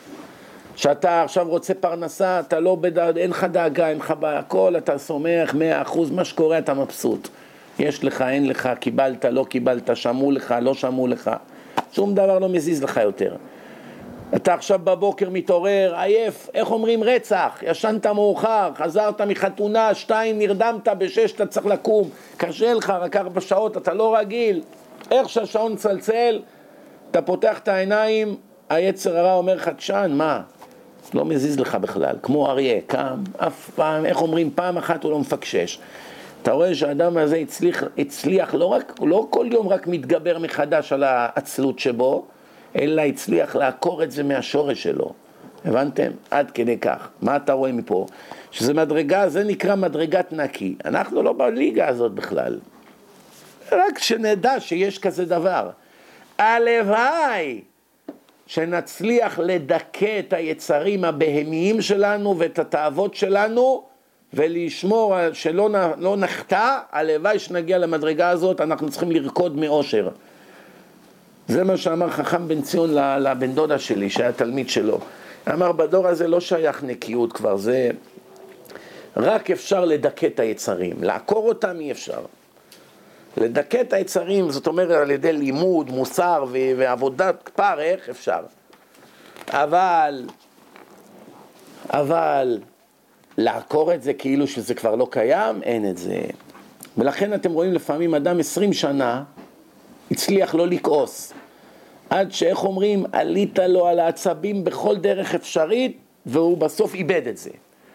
שאתה עכשיו רוצה פרנסה, אתה לא אין לך דאגה, אין לך הכל, אתה סומך 100%, מה שקורה אתה מבסוט. יש לך, אין לך, קיבלת, לא קיבלת, שמעו לך, לא שמעו לך. שום דבר לא מזיז לך יותר. אתה עכשיו בבוקר מתעורר, עייף, איך אומרים רצח, ישנת מאוחר, חזרת מחתונה, 2 נרדמת, ב6 אתה צריך לקום, קשה לך רק 4 שעות, אתה לא רגיל, איך שהשעון צלצל, אתה פותח את העיניים, היצר הרע אומר לך, תשען, מה? לא מזיז לך בכלל, כמו אריה, קם, אף פעם, איך אומרים, פעם אחת הוא לא מפקשש. אתה רואה שהאדם הזה הצליח לא כל יום רק מתגבר מחדש על העצלות שבו, אלא הצליח לעקור את זה מהשורש שלו. הבנתם? עד כדי כך. מה אתה רואה מפה? שזה מדרגה, זה נקרא מדרגת נקי. אנחנו לא בליגה הזאת בכלל. רק שנדע שיש כזה דבר. הלוואי שנצליח לדכא את היצרים הבהמיים שלנו ואת התאוות שלנו, ולשמור שלא נחטא. הלוואי שנגיע למדרגה הזאת, אנחנו צריכים לרקוד מאושר. זה מה שאמר חכם בן ציון לבן דודה שלי, שהיה תלמיד שלו. אמר, בדור הזה לא שייך נקיות כבר, זה רק אפשר לדכא את היצרים, לעקור אותם אי אפשר. לדכא את היצרים, זאת אומרת על ידי לימוד, מוסר ועבודת פרך, אפשר. אבל לעקור את זה כאילו שזה כבר לא קיים, אין את זה. ולכן אתם רואים לפעמים אדם 20 שנה, הצליח לא לכעוס, עד שאיך אומרים, עלית לו על העצבים בכל דרך אפשרית, והוא בסוף איבד את זה.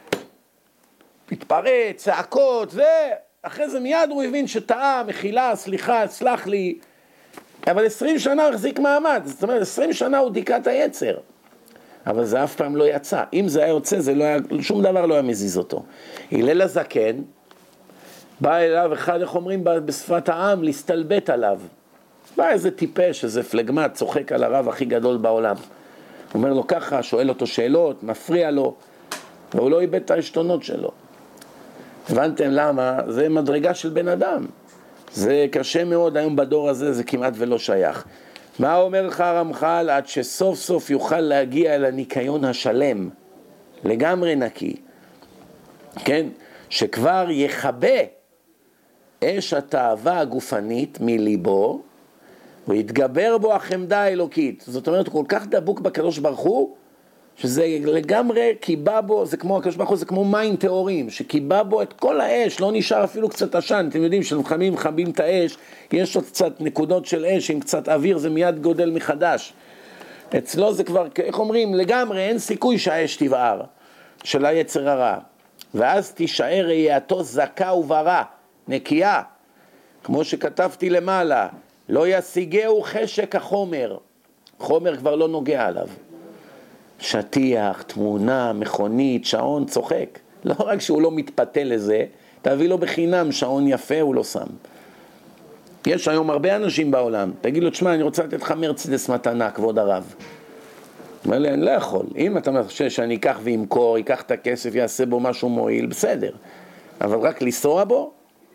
התפרץ, צעקות, ואחרי זה מיד הוא הבין שטעה, מחילה, סליחה, סלח לי, אבל 20 שנה הוא החזיק מעמד, זאת אומרת 20 שנה הוא דיכא את היצר, אבל זה אף פעם לא יצא. אם זה היה יוצא, זה לא היה, שום דבר לא היה מזיז אותו. הלל הזקן, בא אליו אחד, איך אומרים בשפת העם, להסתלבט עליו. בא איזה טיפש, איזה פלגמט, צוחק על הרב הכי גדול בעולם. אומר לו ככה, שואל אותו שאלות, מפריע לו, והוא לא איבד את העשתונות שלו. הבנתם למה? זה מדרגה של בן אדם. זה קשה מאוד היום בדור הזה, זה כמעט ולא שייך. מה אומר לך הרמח"ל? עד שסוף סוף יוכל להגיע אל הניקיון השלם, לגמרי נקי, כן? שכבר יחבא אש התאווה הגופנית מליבו, ויתגבר בו החמדה האלוקית. זאת אומרת, הוא כל כך דבוק בקדוש ברוך הוא, שזה לגמרי קיבה בו, זה כמו הקדוש ברוך הוא, זה כמו מים טהורים, שקיבה בו את כל האש, לא נשאר אפילו קצת עשן. אתם יודעים שלוחמים חבים את האש, יש עוד קצת נקודות של אש, עם קצת אוויר זה מיד גודל מחדש. אצלו זה כבר, איך אומרים, לגמרי אין סיכוי שהאש תבער, של היצר הרע. ואז תישאר ראייתו זכה וברא, נקייה, כמו שכתבתי למעלה, לא ישיגהו חשק החומר, חומר כבר לא נוגע עליו. שטיח, תמונה, מכונית, שעון, צוחק. לא רק שהוא לא מתפתה לזה, תביא לו בחינם שעון יפה, הוא לא שם. יש היום הרבה אנשים בעולם, תגיד לו, תשמע, אני רוצה לתת לך מרצדס מתנה, כבוד הרב. אומר לי, אני לא יכול. אם אתה חושב שאני אקח וימכור, ייקח את הכסף, יעשה בו משהו מועיל, בסדר. אבל רק לנסוע בו,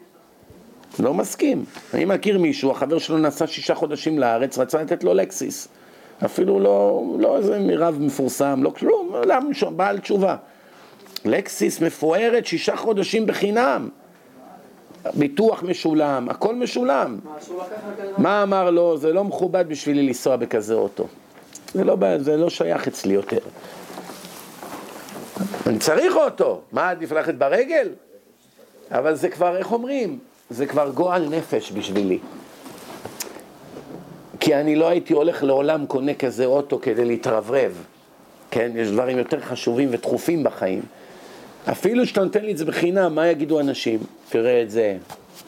לא מסכים. אני מכיר מישהו, החבר שלו נסע 6 חודשים לארץ, רצה לתת לו לקסיס. אפילו לא איזה רב מפורסם, לא כלום, למה בעל תשובה. לקסיס מפוארת 6 חודשים בחינם. ביטוח משולם, הכל משולם. מה אמר לו? זה לא מכובד בשבילי לנסוע בכזה אוטו. זה לא שייך אצלי יותר. אני צריך אוטו. מה, עדיף ללכת ברגל? אבל זה כבר, איך אומרים? זה כבר גועל נפש בשבילי. כי אני לא הייתי הולך לעולם קונה כזה אוטו כדי להתרברב. כן, יש דברים יותר חשובים ודחופים בחיים. אפילו שאתה נותן לי את זה בחינם, מה יגידו אנשים? תראה את זה.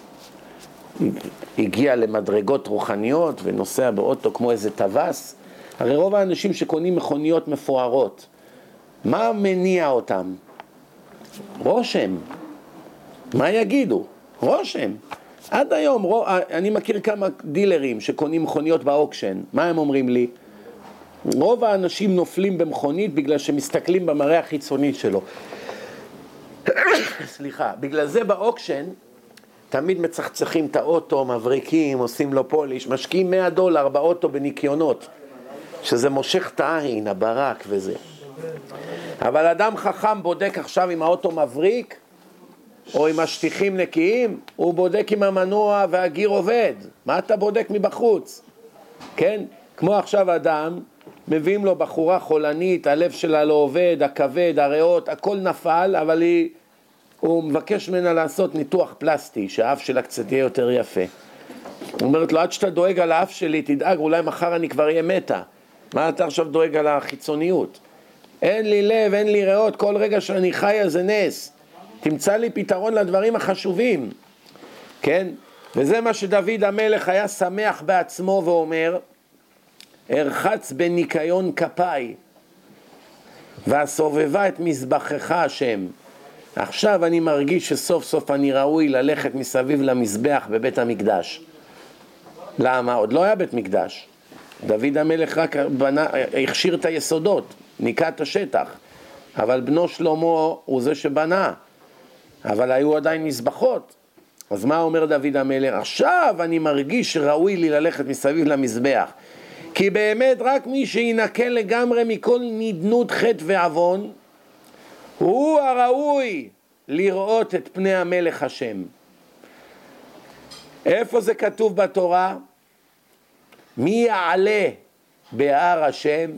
הגיע למדרגות רוחניות ונוסע באוטו כמו איזה טווס. הרי רוב האנשים שקונים מכוניות מפוארות, מה מניע אותם? רושם. מה יגידו? רושם. עד היום, אני מכיר כמה דילרים שקונים מכוניות באוקשן. מה הם אומרים לי? רוב האנשים נופלים במכונית בגלל שמסתכלים במראה החיצוני שלו. סליחה, בגלל זה באוקשן תמיד מצחצחים את האוטו, מבריקים, עושים לו פוליש, משקיעים $100 באוטו בניקיונות, שזה מושך את העין, הברק וזה. אבל אדם חכם בודק עכשיו אם האוטו מבריק, או עם השטיחים נקיים, הוא בודק אם המנוע והגיר עובד. מה אתה בודק מבחוץ? כן? כמו עכשיו אדם, מביאים לו בחורה חולנית, הלב שלה לא עובד, הכבד, הריאות, הכל נפל, אבל הוא מבקש ממנה לעשות ניתוח פלסטי, שהאף שלה קצת יהיה יותר יפה. הוא אומרת לו, עד שאתה דואג על האף שלי, תדאג, אולי מחר אני כבר אהיה מתה. מה אתה עכשיו דואג על החיצוניות? אין לי לב, אין לי ריאות, כל רגע שאני חיה זה נס. תמצא לי פתרון לדברים החשובים. כן? וזה מה שדוד המלך היה שמח בעצמו ואומר, הרחץ בניקיון כפיי, והסובבה את מזבחך השם. עכשיו אני מרגיש שסוף סוף אני ראוי ללכת מסביב למזבח בבית המקדש. למה? עוד לא היה בית מקדש. דוד המלך רק הכשיר את היסודות, ניקה את השטח. אבל בנו שלמה הוא זה שבנה. אבל היו עדיין מזבחות. אז מה אומר דוד המלך? עכשיו אני מרגיש שראוי לי ללכת מסביב למזבח. כי באמת רק מי שינקה לגמרי מכל נדנות חטא ועוון, הוא הראוי לראות את פני המלך השם. איפה זה כתוב בתורה? מי יעלה בהר השם?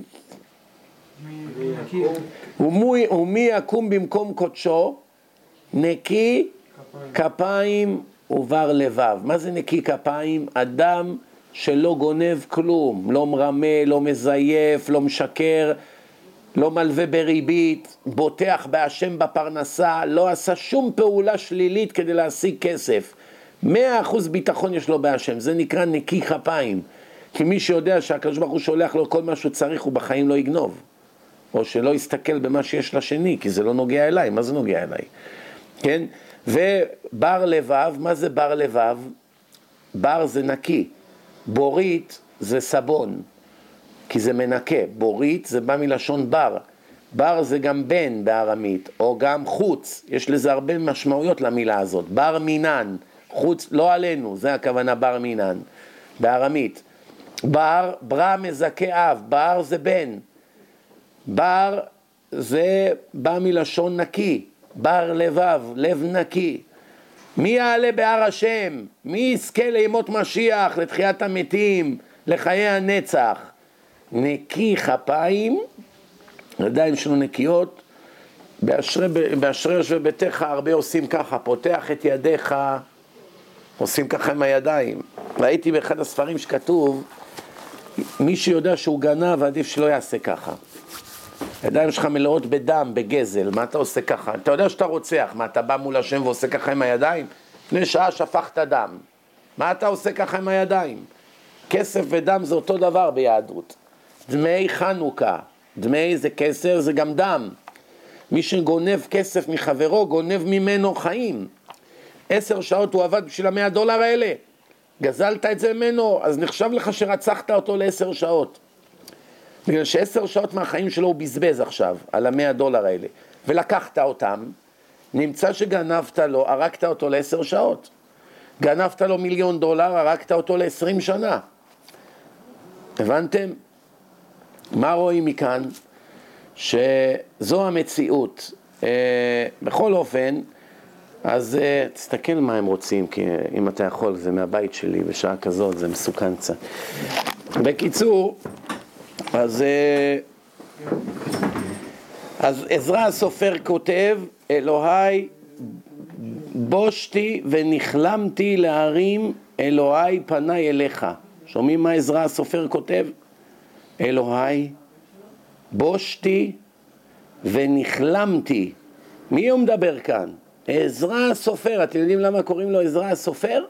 ומי יקום במקום קודשו? נקי כפיים ובר לבב. מה זה נקי כפיים? אדם שלא גונב כלום, לא מרמה, לא מזייף, לא משקר, לא מלווה בריבית, בוטח בהשם בפרנסה, לא עשה שום פעולה שלילית כדי להשיג כסף. 100% ביטחון יש לו בהשם, זה נקרא נקי כפיים. כי מי שיודע שהקדוש ברוך הוא שולח לו כל מה שהוא צריך, הוא בחיים לא יגנוב. או שלא יסתכל במה שיש לשני, כי זה לא נוגע אליי. מה זה נוגע אליי? כן? ובר לבב, מה זה בר לבב? בר זה נקי. בורית זה סבון, כי זה מנקה. בורית זה בא מלשון בר. בר זה גם בן בארמית, או גם חוץ. יש לזה הרבה משמעויות למילה הזאת. בר מינן, חוץ, לא עלינו, זה הכוונה בר מינן, בארמית. בר, ברא מזכה אב, בר זה בן. בר זה בא מלשון נקי, בר לבב, לב נקי. מי יעלה בהר השם? מי יזכה לימות משיח, לתחיית המתים, לחיי הנצח? נקי כפיים, ידיים שלו נקיות, באשרי יושבי ביתך הרבה עושים ככה, פותח את ידיך, עושים ככה עם הידיים. ראיתי באחד הספרים שכתוב, מי שיודע שהוא גנב עדיף שלא יעשה ככה. הידיים שלך מלאות בדם, בגזל, מה אתה עושה ככה? אתה יודע שאתה רוצח, מה אתה בא מול השם ועושה ככה עם הידיים? לפני שעה שפכת דם, מה אתה עושה ככה עם הידיים? כסף ודם זה אותו דבר ביהדות. דמי חנוכה, דמי זה כסף, זה גם דם. מי שגונב כסף מחברו, גונב ממנו חיים. 10 שעות הוא עבד בשביל $100 האלה, גזלת את זה ממנו, אז נחשב לך שרצחת אותו ל10 שעות. בגלל ש10 שעות מהחיים שלו הוא בזבז עכשיו על $100 האלה, ולקחת אותם, נמצא שגנבת לו, הרגת אותו ל10 שעות. גנבת לו $1,000,000, הרגת אותו ל20 שנה. הבנתם? מה רואים מכאן? שזו המציאות. בכל אופן, אז תסתכל מה הם רוצים, כי אם אתה יכול, זה מהבית שלי, בשעה כזאת זה מסוכן קצת. בקיצור, אז עזרא הסופר כותב, אלוהי בושתי ונכלמתי להרים, אלוהי פניי אליך. שומעים מה עזרא הסופר כותב? אלוהי בושתי ונכלמתי. מי הוא מדבר כאן? עזרא הסופר. אתם יודעים למה קוראים לו עזרא הסופר?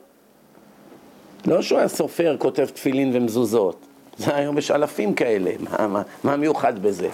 לא שהוא היה סופר, כותב תפילין ומזוזות. זה היום יש אלפים כאלה. מה מיוחד בזה?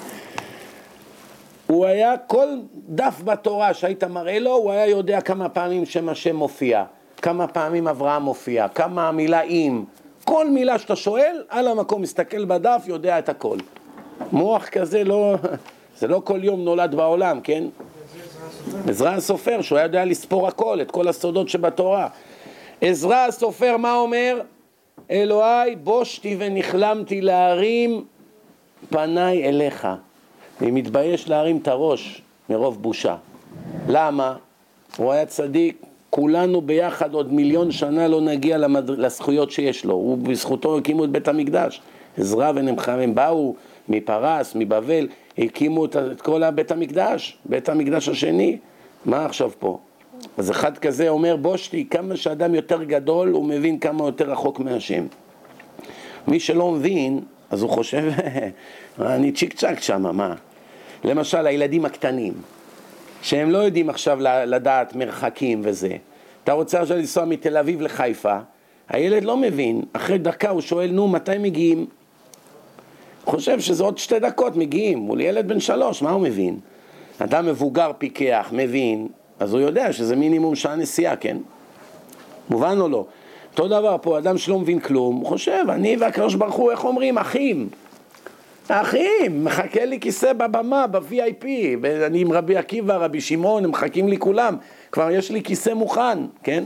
הוא היה כל דף בתורה שהיית מראה לו, הוא היה יודע כמה פעמים שם השם מופיע, כמה פעמים אברהם מופיע, כמה המילה אם. כל מילה שאתה שואל, על המקום מסתכל בדף, יודע את הכל. מוח כזה לא, זה לא כל יום נולד בעולם, כן? עזרא הסופר, שהוא היה יודע לספור הכל, את כל הסודות שבתורה. עזרא הסופר מה אומר? אלוהי בושתי ונכלמתי להרים פניי אליך. אני מתבייש להרים את הראש מרוב בושה. למה? הוא היה צדיק, כולנו ביחד עוד 1,000,000 שנה לא נגיע לזכויות שיש לו. הוא בזכותו הקימו את בית המקדש. עזרא ונחמיה הם באו מפרס, מבבל, הקימו את כל בית המקדש, בית המקדש השני. מה עכשיו פה? אז אחד כזה אומר, בושתי, כמה שאדם יותר גדול, הוא מבין כמה יותר רחוק מהשם. מי שלא מבין, אז הוא חושב, אני צ'יק צ'ק שם, מה? למשל, הילדים הקטנים, שהם לא יודעים עכשיו לדעת מרחקים וזה. אתה רוצה עכשיו לנסוע מתל אביב לחיפה, הילד לא מבין, אחרי דקה הוא שואל, נו, מתי מגיעים? הוא חושב שזה עוד 2 דקות מגיעים, הוא ילד בן 3, מה הוא מבין? אדם מבוגר פיקח, מבין, אז הוא יודע שזה מינימום שעה נסיעה, כן? מובן או לא? אותו דבר פה, אדם שלא מבין כלום, הוא חושב, אני והקדוש ברוך הוא, איך אומרים? אחים. אחים, מחכה לי כיסא בבמה, ב-VIP, אני עם רבי עקיבא, רבי שמעון, הם מחכים לי כולם, כבר יש לי כיסא מוכן, כן?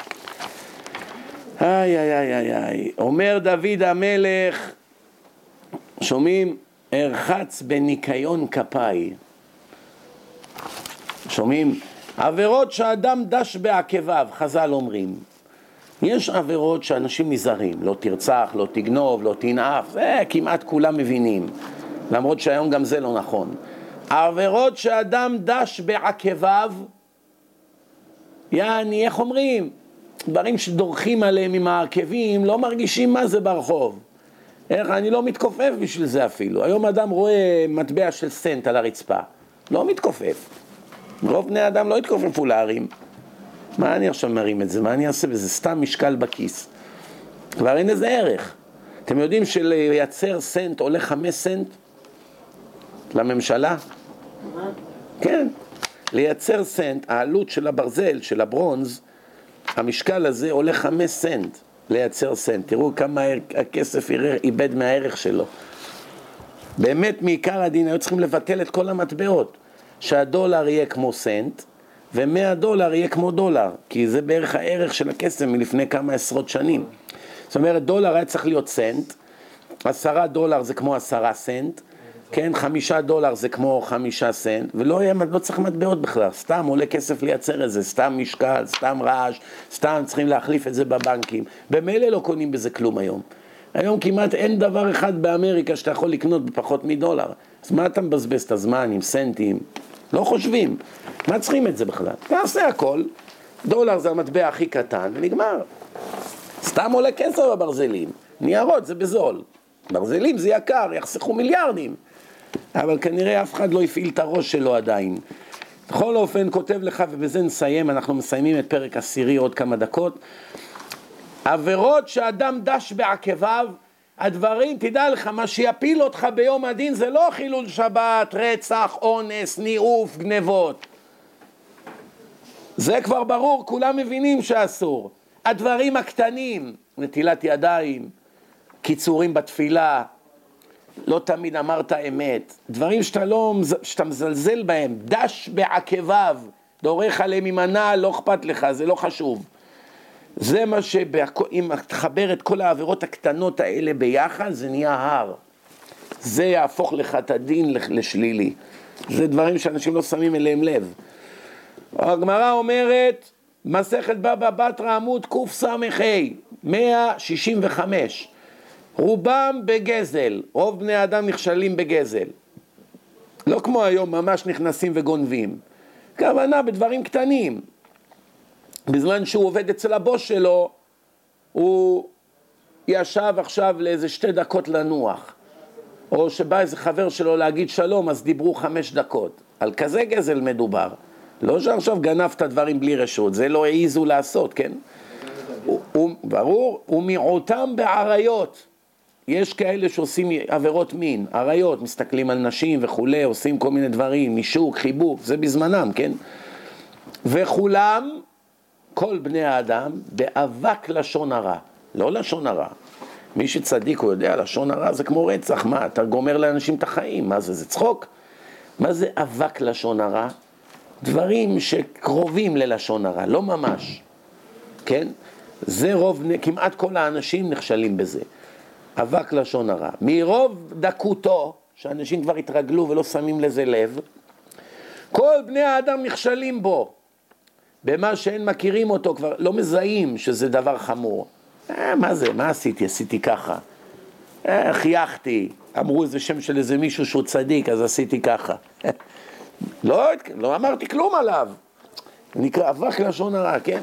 איי, איי, איי, איי, איי. אומר דוד המלך, שומעים? הרחץ בניקיון כפיי. שומעים? עבירות שאדם דש בעקביו, חז"ל אומרים. יש עבירות שאנשים נזהרים, לא תרצח, לא תגנוב, לא תנאף, זה כמעט כולם מבינים, למרות שהיום גם זה לא נכון. עבירות שאדם דש בעקביו, יעני, איך אומרים? דברים שדורכים עליהם עם העקבים, לא מרגישים מה זה ברחוב. איך, אני לא מתכופף בשביל זה אפילו. היום אדם רואה מטבע של סנט על הרצפה, לא מתכופף. רוב בני אדם לא התכופפו להרים. מה אני עכשיו מרים את זה? מה אני אעשה בזה? סתם משקל בכיס. כבר אין איזה ערך. אתם יודעים שלייצר סנט עולה 5 סנט? לממשלה? כן. לייצר סנט, העלות של הברזל, של הברונז, המשקל הזה עולה 5 סנט לייצר סנט. תראו כמה הכסף איבד מהערך שלו. באמת מעיקר הדין היו צריכים לבטל את כל המטבעות. שהדולר יהיה כמו סנט, ו$100 יהיה כמו דולר, כי זה בערך הערך של הכסף מלפני כמה עשרות שנים. זאת אומרת, דולר היה צריך להיות סנט, $10 זה כמו 10 סנט, כן, $5 זה כמו 5 סנט, ולא צריך מטבעות בכלל, סתם עולה כסף לייצר את זה, סתם משקל, סתם רעש, סתם צריכים להחליף את זה בבנקים. במילא לא קונים בזה כלום היום. היום כמעט אין דבר אחד באמריקה שאתה יכול לקנות בפחות $1. אז מה אתה מבזבז את הזמן עם סנטים? לא חושבים. מה צריכים את זה בכלל? תעשה הכל. דולר זה המטבע הכי קטן ונגמר. סתם עולה כסף בברזלים. ניירות זה בזול. ברזלים זה יקר, יחסכו מיליארדים. אבל כנראה אף אחד לא הפעיל את הראש שלו עדיין. בכל אופן כותב לך, ובזה נסיים, אנחנו מסיימים את פרק 10 עוד כמה דקות. עבירות שאדם דש בעקביו, הדברים, תדע לך, מה שיפיל אותך ביום הדין זה לא חילול שבת, רצח, אונס, ניאוף, גנבות. זה כבר ברור, כולם מבינים שאסור. הדברים הקטנים, נטילת ידיים, קיצורים בתפילה, לא תמיד אמרת אמת, דברים שאתה מזלזל בהם, דש בעקביו, דורך עליהם עם הנעל, לא אכפת לך, זה לא חשוב. זה מה שאם תחבר את כל העבירות הקטנות האלה ביחד, זה נהיה הר. זה יהפוך לך את הדין לשלילי. זה דברים שאנשים לא שמים אליהם לב. הגמרא אומרת, מסכת בבא בתרא עמוד קס"ה, 165. רובם בגזל, רוב בני האדם נכשלים בגזל. לא כמו היום, ממש נכנסים וגונבים. כוונה בדברים קטנים. בזמן שהוא עובד אצל הבוס שלו, הוא ישב עכשיו לאיזה 2 דקות לנוח. או שבא איזה חבר שלו להגיד שלום, אז דיברו 5 דקות. על כזה גזל מדובר. לא שעכשיו גנבת דברים בלי רשות, זה לא העיזו לעשות, כן? ברור, ומיעוטם בעריות. יש כאלה שעושים עבירות מין, עריות, מסתכלים על נשים וכולי, עושים כל מיני דברים, מישוק, חיבוק, זה בזמנם, כן? וכולם, כל בני האדם, באבק לשון הרע. לא לשון הרע. מי שצדיק הוא יודע, לשון הרע זה כמו רצח. מה, אתה גומר לאנשים את החיים? מה זה? זה צחוק? מה זה אבק לשון הרע? דברים שקרובים ללשון הרע, לא ממש. כן? זה רוב, כמעט כל האנשים נכשלים בזה. אבק לשון הרע. מרוב דקותו, שאנשים כבר התרגלו ולא שמים לזה לב, כל בני האדם נכשלים בו. במה שאין מכירים אותו, כבר לא מזהים שזה דבר חמור. מה זה? מה עשיתי? עשיתי ככה. חייכתי. אמרו איזה שם של איזה מישהו שהוא צדיק, אז עשיתי ככה. לא אמרתי כלום עליו. נקרא אבק לשון הרע, כן?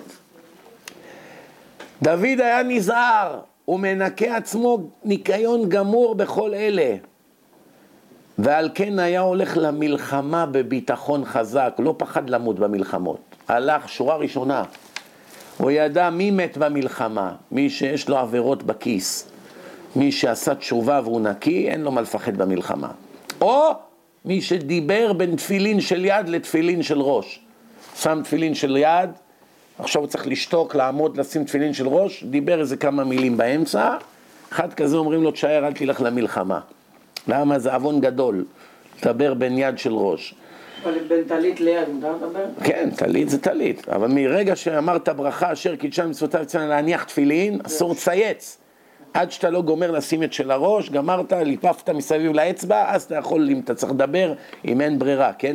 דוד היה נזהר, הוא מנקה עצמו ניקיון גמור בכל אלה. ועל כן היה הולך למלחמה בביטחון חזק, לא פחד למות במלחמות. הלך שורה ראשונה. הוא ידע מי מת במלחמה, מי שיש לו עבירות בכיס. מי שעשה תשובה והוא נקי, אין לו מה לפחד במלחמה. או מי שדיבר בין תפילין של יד לתפילין של ראש. שם תפילין של יד, עכשיו הוא צריך לשתוק, לעמוד, לשים תפילין של ראש, דיבר איזה כמה מילים באמצע, אחד כזה אומרים לו, תשאר, אל תלך למלחמה. למה? זה עוון גדול, לדבר בין יד של ראש. אבל בין תלית ליד, מותר לדבר? כן, תלית זה תלית, אבל מרגע שאמרת ברכה אשר קידשה מצוותיו ציווה להניח תפילין, אסור צייץ. עד שאתה לא גומר לשים את של הראש, גמרת, ליפפת מסביב לאצבע, אז אתה יכול, אם אתה צריך לדבר, אם אין ברירה, כן?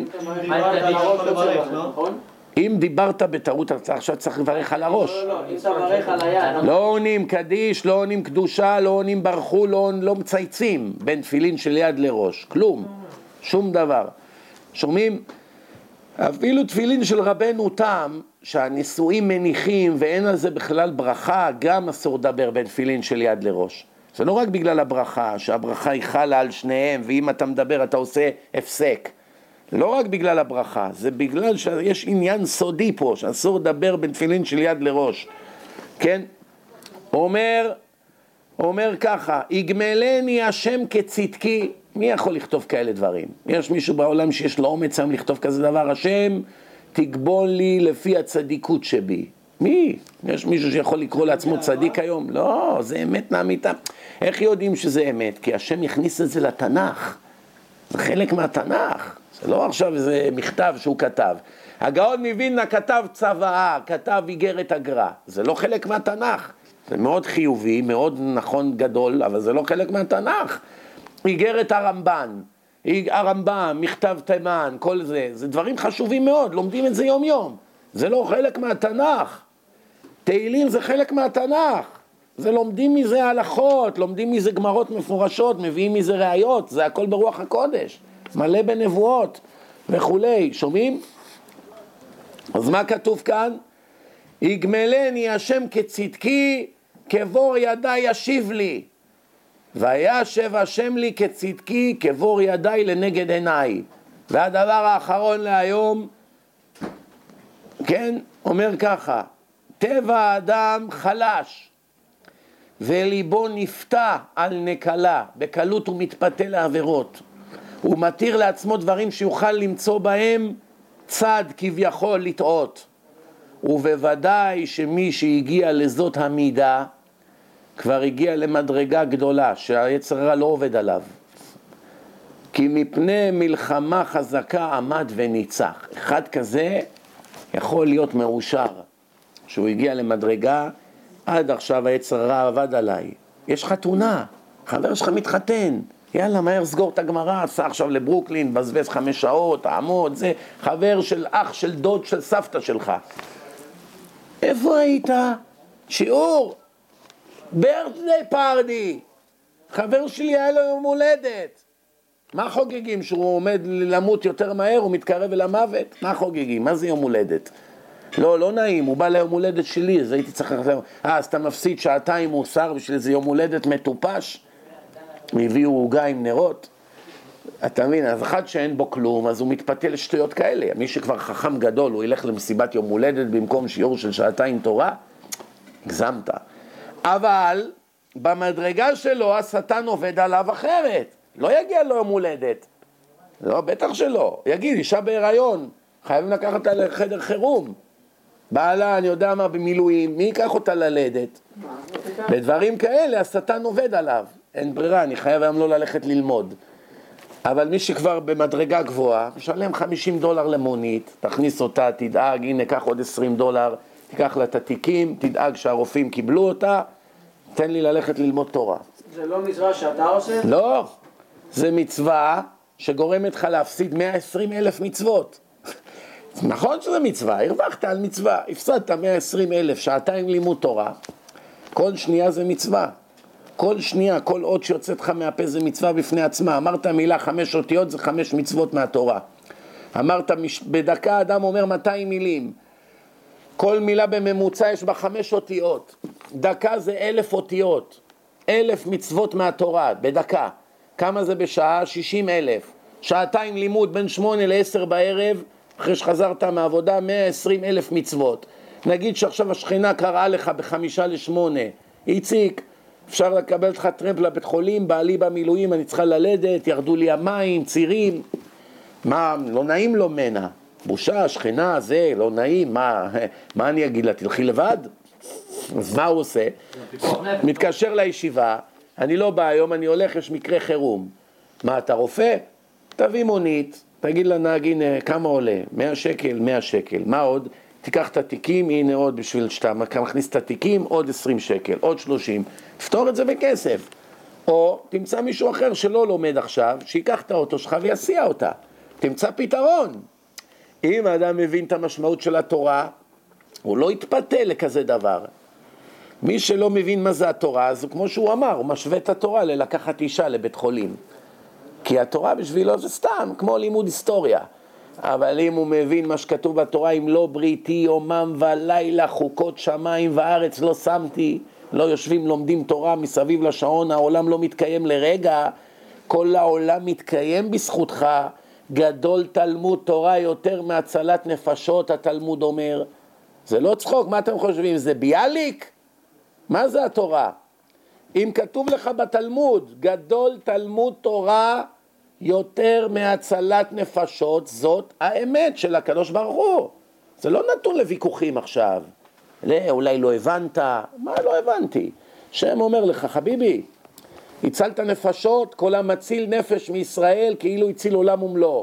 אם דיברת בטעות, עכשיו צריך לברך על הראש. לא, אם אתה מברך על היד. לא עונים קדיש, לא עונים קדושה, לא עונים ברכו, לא מצייצים בין תפילין של יד לראש, כלום, שום דבר. שומעים? אפילו תפילין של רבנו תם, שהנישואים מניחים ואין על זה בכלל ברכה, גם אסור לדבר בין תפילין של יד לראש. זה לא רק בגלל הברכה, שהברכה היא חלה על שניהם, ואם אתה מדבר אתה עושה הפסק. לא רק בגלל הברכה, זה בגלל שיש עניין סודי פה, שאסור לדבר בין תפילין של יד לראש. כן? אומר ככה, יגמלני השם כצדקי. מי יכול לכתוב כאלה דברים? יש מישהו בעולם שיש לו אומץ היום לכתוב כזה דבר? השם תגבול לי לפי הצדיקות שבי. מי? יש מישהו שיכול לקרוא לעצמו צדיק היום? לא, זה אמת נאמיתה. איך יודעים שזה אמת? כי השם הכניס את זה לתנ"ך. זה חלק מהתנ"ך. זה לא עכשיו איזה מכתב שהוא כתב. הגאון מווילנה כתב צוואה, כתב איגרת אגרה. זה לא חלק מהתנ"ך. זה מאוד חיובי, מאוד נכון גדול, אבל זה לא חלק מהתנ"ך. איגרת הרמב"ם, מכתב תימן, כל זה. זה דברים חשובים מאוד, לומדים את זה יום יום. זה לא חלק מהתנ"ך. תהילים זה חלק מהתנ"ך. זה לומדים מזה הלכות, לומדים מזה גמרות מפורשות, מביאים מזה ראיות, זה הכל ברוח הקודש. מלא בנבואות וכולי, שומעים? אז מה כתוב כאן? יגמלני השם כצדקי, כבור ידי ישיב לי. וישב השם לי כצדקי, כבור ידי לנגד עיניי. והדבר האחרון להיום, כן, אומר ככה, טבע האדם חלש, וליבו נפתה על נקלה, בקלות הוא מתפתה לעבירות. הוא מתיר לעצמו דברים שיוכל למצוא בהם צד כביכול לטעות. ובוודאי שמי שהגיע לזאת המידה, כבר הגיע למדרגה גדולה, שהיצר הרע לא עובד עליו. כי מפני מלחמה חזקה עמד וניצח. אחד כזה יכול להיות מאושר, שהוא הגיע למדרגה, עד עכשיו היצר הרע עבד עליי. יש חתונה, חבר שלך מתחתן, יאללה, מהר סגור את הגמרא, סע עכשיו לברוקלין, בזבז 5 שעות, תעמוד, זה חבר של אח, של דוד, של סבתא שלך. איפה היית? שיעור, birthday party, חבר שלי היה לו יום הולדת. מה חוגגים? שהוא עומד למות יותר מהר, הוא מתקרב אל המוות? מה חוגגים? מה זה יום הולדת? לא נעים, הוא בא ליום הולדת שלי, אז הייתי צריך... אז אתה מפסיד 2 שעות מוסר בשביל איזה יום הולדת מטופש? הביאו עוגה עם נרות. אתה מבין, אז אחד שאין בו כלום, אז הוא מתפתה לשטויות כאלה. מי שכבר חכם גדול, הוא ילך למסיבת יום הולדת במקום שיעור של 2 שעות תורה? הגזמת. אבל במדרגה שלו השטן עובד עליו אחרת. לא יגיע לו יום הולדת. לא, בטח שלא. יגיד, אישה בהיריון, חייבים לקחת אותה לחדר חירום. בעלה, אני יודע מה, במילואים, מי ייקח אותה ללדת? בדברים כאלה השטן עובד עליו. אין ברירה, אני חייב היום לא ללכת ללמוד. אבל מי שכבר במדרגה גבוהה, משלם $50 למונית, תכניס אותה, תדאג, הנה, קח עוד $20, תיקח לה את התיקים, תדאג שהרופאים קיבלו אותה, תן לי ללכת ללמוד תורה. זה לא מצווה שאתה עושה? לא, זה מצווה שגורמת לך להפסיד 120,000 מצוות. נכון שזה מצווה, הרווחת על מצווה, הפסדת 120,000, 2 שעות לימוד תורה, כל שנייה זה מצווה. כל שנייה, כל אות שיוצאת לך מהפה זה מצווה בפני עצמה. אמרת מילה 5 אותיות, זה 5 מצוות מהתורה. אמרת בדקה אדם אומר 200 מילים. כל מילה בממוצע יש בה 5 אותיות. דקה זה 1,000 אותיות. 1,000 מצוות מהתורה, בדקה. כמה זה בשעה? 60,000. 2 שעות לימוד בין 8 ל-10 בערב, אחרי שחזרת מעבודה, 120,000 מצוות. נגיד שעכשיו השכינה קראה לך ב7:55, איציק, אפשר לקבל לך טרמפ לבית חולים, בעלי במילואים, אני צריכה ללדת, ירדו לי המים, צירים. מה, לא נעים לו מנה? בושה, שכינה, זה, לא נעים, מה אני אגיד לה? תלכי לבד? אז מה הוא עושה? מתקשר לישיבה, אני לא בא היום, אני הולך, יש מקרה חירום. מה, אתה רופא? תביא מונית, תגיד לנהג, הנה, כמה עולה? 100 שקל, 100 שקל. מה עוד? תיקח את התיקים, הנה עוד בשביל שאתה מכניס את התיקים, עוד 20 שקל, עוד 30. תפתור את זה בכסף. או תמצא מישהו אחר שלא לומד עכשיו, שיקח את האוטו שלך ויסיע אותה. תמצא פתרון. אם האדם מבין את המשמעות של התורה, הוא לא יתפתה לכזה דבר. מי שלא מבין מה זה התורה, אז כמו שהוא אמר, הוא משווה את התורה ללקחת אישה לבית חולים. כי התורה בשבילו זה סתם, כמו לימוד היסטוריה. אבל אם הוא מבין מה שכתוב בתורה, אם לא בריתי יומם ולילה, חוקות שמיים וארץ לא שמתי, לא יושבים לומדים תורה מסביב לשעון, העולם לא מתקיים לרגע, כל העולם מתקיים בזכותך, גדול תלמוד תורה יותר מהצלת נפשות, התלמוד אומר. זה לא צחוק, מה אתם חושבים? זה ביאליק? מה זה התורה? אם כתוב לך בתלמוד, גדול תלמוד תורה יותר מהצלת נפשות, זאת האמת של הקדוש ברוך הוא. זה לא נתון לוויכוחים עכשיו. אולי לא הבנת. מה לא הבנתי? שם אומר לך, חביבי, הצלת נפשות, כל המציל נפש מישראל כאילו הציל עולם ומלואו.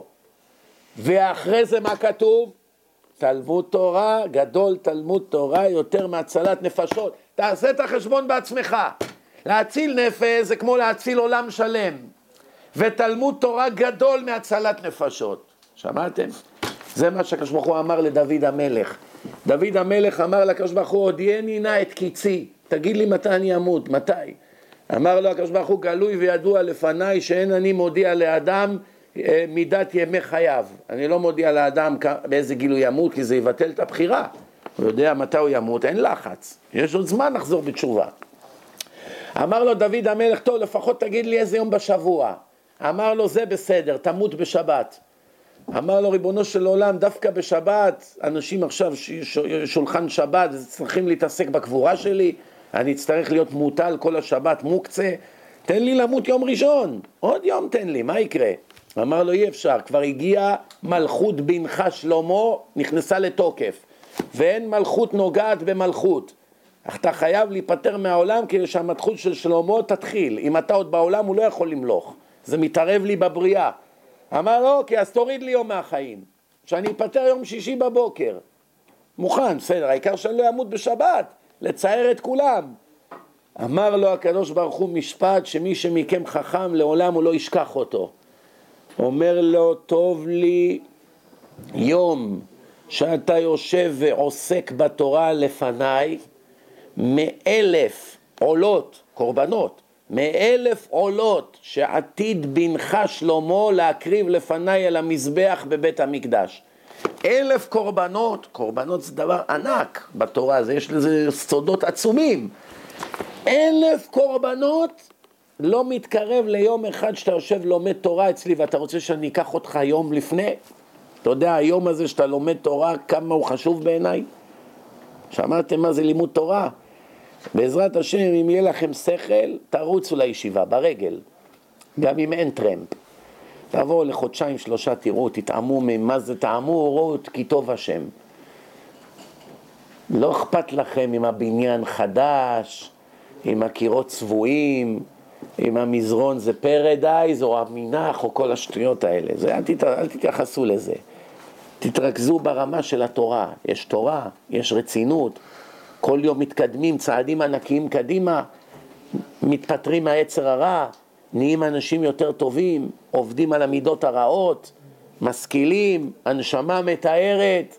ואחרי זה מה כתוב? תלמוד תורה, גדול תלמוד תורה יותר מהצלת נפשות. תעשה את החשבון בעצמך. להציל נפש זה כמו להציל עולם שלם. ותלמוד תורה גדול מהצלת נפשות. שמעתם? זה מה שהקדוש ברוך הוא אמר לדוד המלך. דוד המלך אמר לקדוש ברוך הוא, הודיעני נא את קיצי. תגיד לי מתי אני אמות, מתי? אמר לו הקדוש ברוך הוא, גלוי וידוע לפניי שאין אני מודיע לאדם מידת ימי חייו. אני לא מודיע לאדם באיזה גיל הוא ימות, כי זה יבטל את הבחירה. הוא יודע מתי הוא ימות, אין לחץ. יש עוד זמן לחזור בתשובה. אמר לו דוד המלך, טוב, לפחות תגיד לי איזה יום בשבוע. אמר לו, זה בסדר, תמות בשבת. אמר לו, ריבונו של עולם, דווקא בשבת, אנשים עכשיו שולחן שבת, צריכים להתעסק בקבורה שלי, אני אצטרך להיות מוטל כל השבת, מוקצה, תן לי למות יום ראשון, עוד יום תן לי, מה יקרה? אמר לו, אי אפשר, כבר הגיע מלכות בנך שלמה, נכנסה לתוקף, ואין מלכות נוגעת במלכות. אך אתה חייב להיפטר מהעולם כדי שהמלכות של שלמה תתחיל. אם אתה עוד בעולם הוא לא יכול למלוך, זה מתערב לי בבריאה. אמר לו, כי אז תוריד לי יום מהחיים, שאני אפטר יום שישי בבוקר. מוכן, בסדר, העיקר שאני לא ימות בשבת, לצייר את כולם. אמר לו הקדוש ברוך הוא משפט שמי שמכם חכם לעולם הוא לא ישכח אותו. אומר לו, טוב לי יום שאתה יושב ועוסק בתורה לפניי, 1,000 עולות, קורבנות, 1,000 עולות שעתיד בנך שלמה להקריב לפניי על המזבח בבית המקדש. 1,000 קורבנות, קורבנות זה דבר ענק בתורה, יש לזה סודות עצומים. 1,000 קורבנות לא מתקרב ליום אחד שאתה יושב לומד תורה אצלי, ואתה רוצה שאני אקח אותך יום לפני? אתה יודע, היום הזה שאתה לומד תורה, כמה הוא חשוב בעיניי? שמעתם מה זה לימוד תורה? בעזרת השם, אם יהיה לכם שכל, תרוצו לישיבה, ברגל. גם אם אין טרמפ. תבואו לחודשיים, 3, תראו, תתעמו ממה זה תעמו, ראו כי טוב השם. לא אכפת לכם אם הבניין חדש, אם הקירות צבועים, אם המזרון זה פרדייז או המינח או כל השטויות האלה. זה, אל תתייחסו לזה. תתרכזו ברמה של התורה. יש תורה, יש רצינות. כל יום מתקדמים, צעדים ענקיים קדימה, מתפטרים מהיצר הרע, נהיים אנשים יותר טובים, עובדים על המידות הרעות, משכילים, הנשמה מתארת,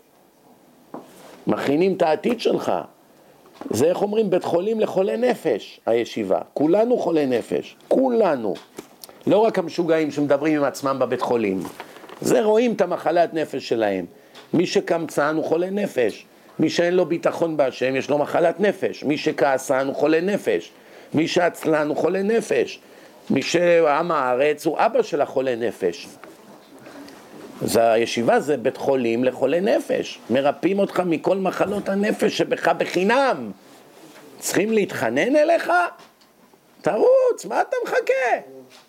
מכינים את העתיד שלך. זה איך אומרים, בית חולים לחולי נפש, הישיבה. כולנו חולי נפש, כולנו. לא רק המשוגעים שמדברים עם עצמם בבית חולים. זה רואים את המחלת נפש שלהם. מי שקמצן הוא חולה נפש. מי שאין לו ביטחון בהשם יש לו מחלת נפש. מי שכעסן הוא חולה נפש. מי שעצלן הוא חולה נפש. מי שעם הארץ הוא אבא של החולה נפש. אז הישיבה זה בית חולים לחולה נפש. מרפאים אותך מכל מחלות הנפש שבך בחינם. צריכים להתחנן אליך? תרוץ, מה אתה מחכה?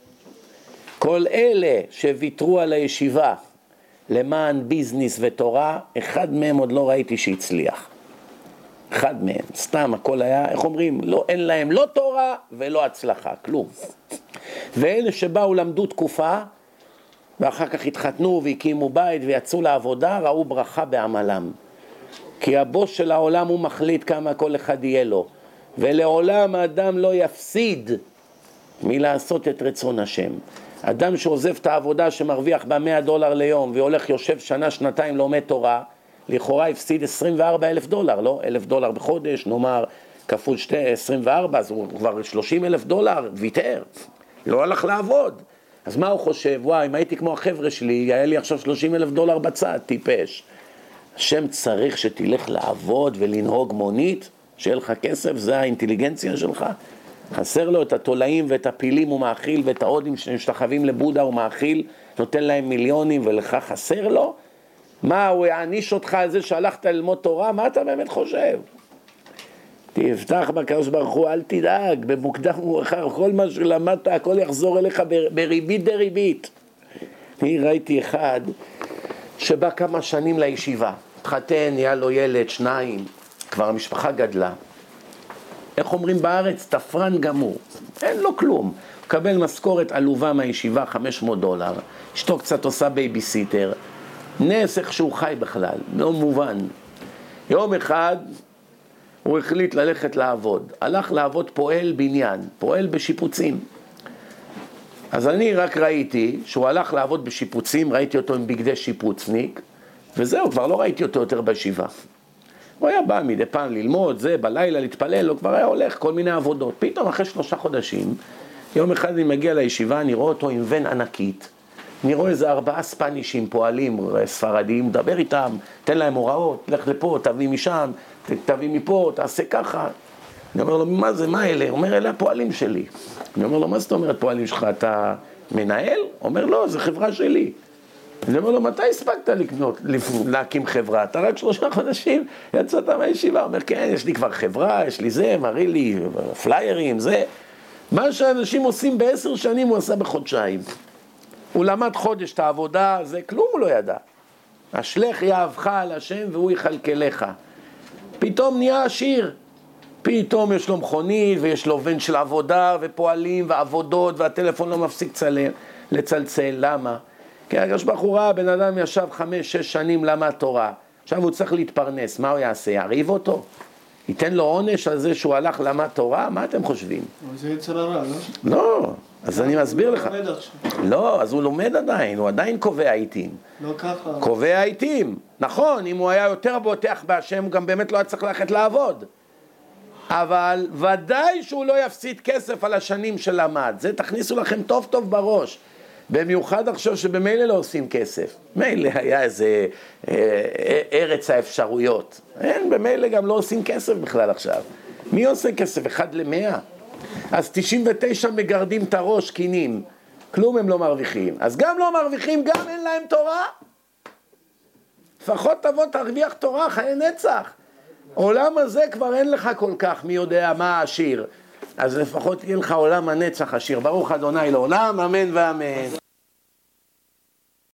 כל אלה שוויתרו על הישיבה למען ביזניס ותורה, אחד מהם עוד לא ראיתי שהצליח. אחד מהם, סתם הכל היה, איך אומרים, לא, אין להם לא תורה ולא הצלחה, כלום. ואלה שבאו למדו תקופה, ואחר כך התחתנו והקימו בית ויצאו לעבודה, ראו ברכה בעמלם. כי הבוס של העולם הוא מחליט כמה כל אחד יהיה לו. ולעולם האדם לא יפסיד מלעשות את רצון השם. אדם שעוזב את העבודה שמרוויח ב$100 ליום והולך יושב שנה, שנתיים לומד תורה, לכאורה הפסיד $24,000, לא? $1,000 בחודש, נאמר כפול 24, אז הוא כבר $30,000, ויתר. לא הלך לעבוד. אז מה הוא חושב? וואי, אם הייתי כמו החבר'ה שלי, היה לי עכשיו $30,000 בצד, טיפש. השם צריך שתלך לעבוד ולנהוג מונית, שיהיה לך כסף, זה האינטליגנציה שלך. חסר לו את התולעים ואת הפילים הוא מאכיל, ואת ההודים שמשתחווים לבודה הוא מאכיל, נותן להם מיליונים ולך חסר לו? מה, הוא יעניש אותך על זה שהלכת ללמוד תורה? מה אתה באמת חושב? תפתח בקדוש ברוך הוא, אל תדאג, במוקדם ומאוחר, כל מה שלמדת, הכל יחזור אליך בריבית דריבית. אני ראיתי אחד שבא כמה שנים לישיבה, התחתן, נהיה לו ילד, 2, כבר המשפחה גדלה. איך אומרים בארץ? תפרן גמור, אין לו כלום. מקבל משכורת עלובה מהישיבה, $500, אשתו קצת עושה בייביסיטר, נס איך שהוא חי בכלל, לא מובן. יום אחד הוא החליט ללכת לעבוד, הלך לעבוד פועל בניין, פועל בשיפוצים. אז אני רק ראיתי שהוא הלך לעבוד בשיפוצים, ראיתי אותו עם בגדי שיפוצניק, וזהו, כבר לא ראיתי אותו יותר בישיבה. הוא היה בא מדי פעם ללמוד, זה, בלילה להתפלל, הוא כבר היה הולך כל מיני עבודות. פתאום אחרי 3 חודשים, יום אחד אני מגיע לישיבה, אני רואה אותו עם ון ענקית, אני רואה איזה 4 ספנישים פועלים ספרדיים, מדבר איתם, תן להם הוראות, לך לפה, תביא משם, תביא מפה, תעשה ככה. אני אומר לו, מה זה, מה אלה? הוא אומר, אלה הפועלים שלי. אני אומר לו, מה זאת אומרת פועלים שלך? אתה מנהל? הוא אומר, לא, זה חברה שלי. אני אומר לו, מתי הספקת להקים חברה? אתה רק 3 חודשים יצאת מהישיבה. הוא אומר, כן, יש לי כבר חברה, יש לי זה, מראה לי פליירים, זה. מה שאנשים עושים ב10 שנים הוא עשה בחודשיים. הוא למד חודש את העבודה, זה כלום הוא לא ידע. השלך יאהבך על השם והוא יחלקלך. פתאום נהיה עשיר. פתאום יש לו מכונית ויש לו בן של עבודה ופועלים ועבודות והטלפון לא מפסיק לצלצל. למה? כי הקדוש ברוך הוא ראה, בן אדם ישב 5-6 שנים למד תורה. עכשיו הוא צריך להתפרנס, מה הוא יעשה? יריב אותו? ייתן לו עונש על זה שהוא הלך למד תורה? מה אתם חושבים? אבל זה יצר הרע, לא? לא, אז אני מסביר לך. הוא לומד עכשיו. לא, אז הוא לומד עדיין, הוא עדיין קובע עיתים. לא ככה. קובע עיתים. נכון, אם הוא היה יותר בוטח בהשם, הוא גם באמת לא היה צריך ללכת לעבוד. אבל ודאי שהוא לא יפסיד כסף על השנים שלמד. זה תכניסו לכם טוב טוב בראש. במיוחד עכשיו שבמילא לא עושים כסף. מילא היה איזה ארץ האפשרויות. אין, במילא גם לא עושים כסף בכלל עכשיו. מי עושה כסף? 1 ל-100? אז 99 מגרדים את הראש, קינים. כלום הם לא מרוויחים. אז גם לא מרוויחים, גם אין להם תורה. לפחות תבוא תרוויח תורה, חיי נצח. עולם הזה כבר אין לך כל כך, מי יודע מה עשיר. אז לפחות יהיה לך עולם הנצח עשיר. ברוך אדוני לעולם, אמן ואמן.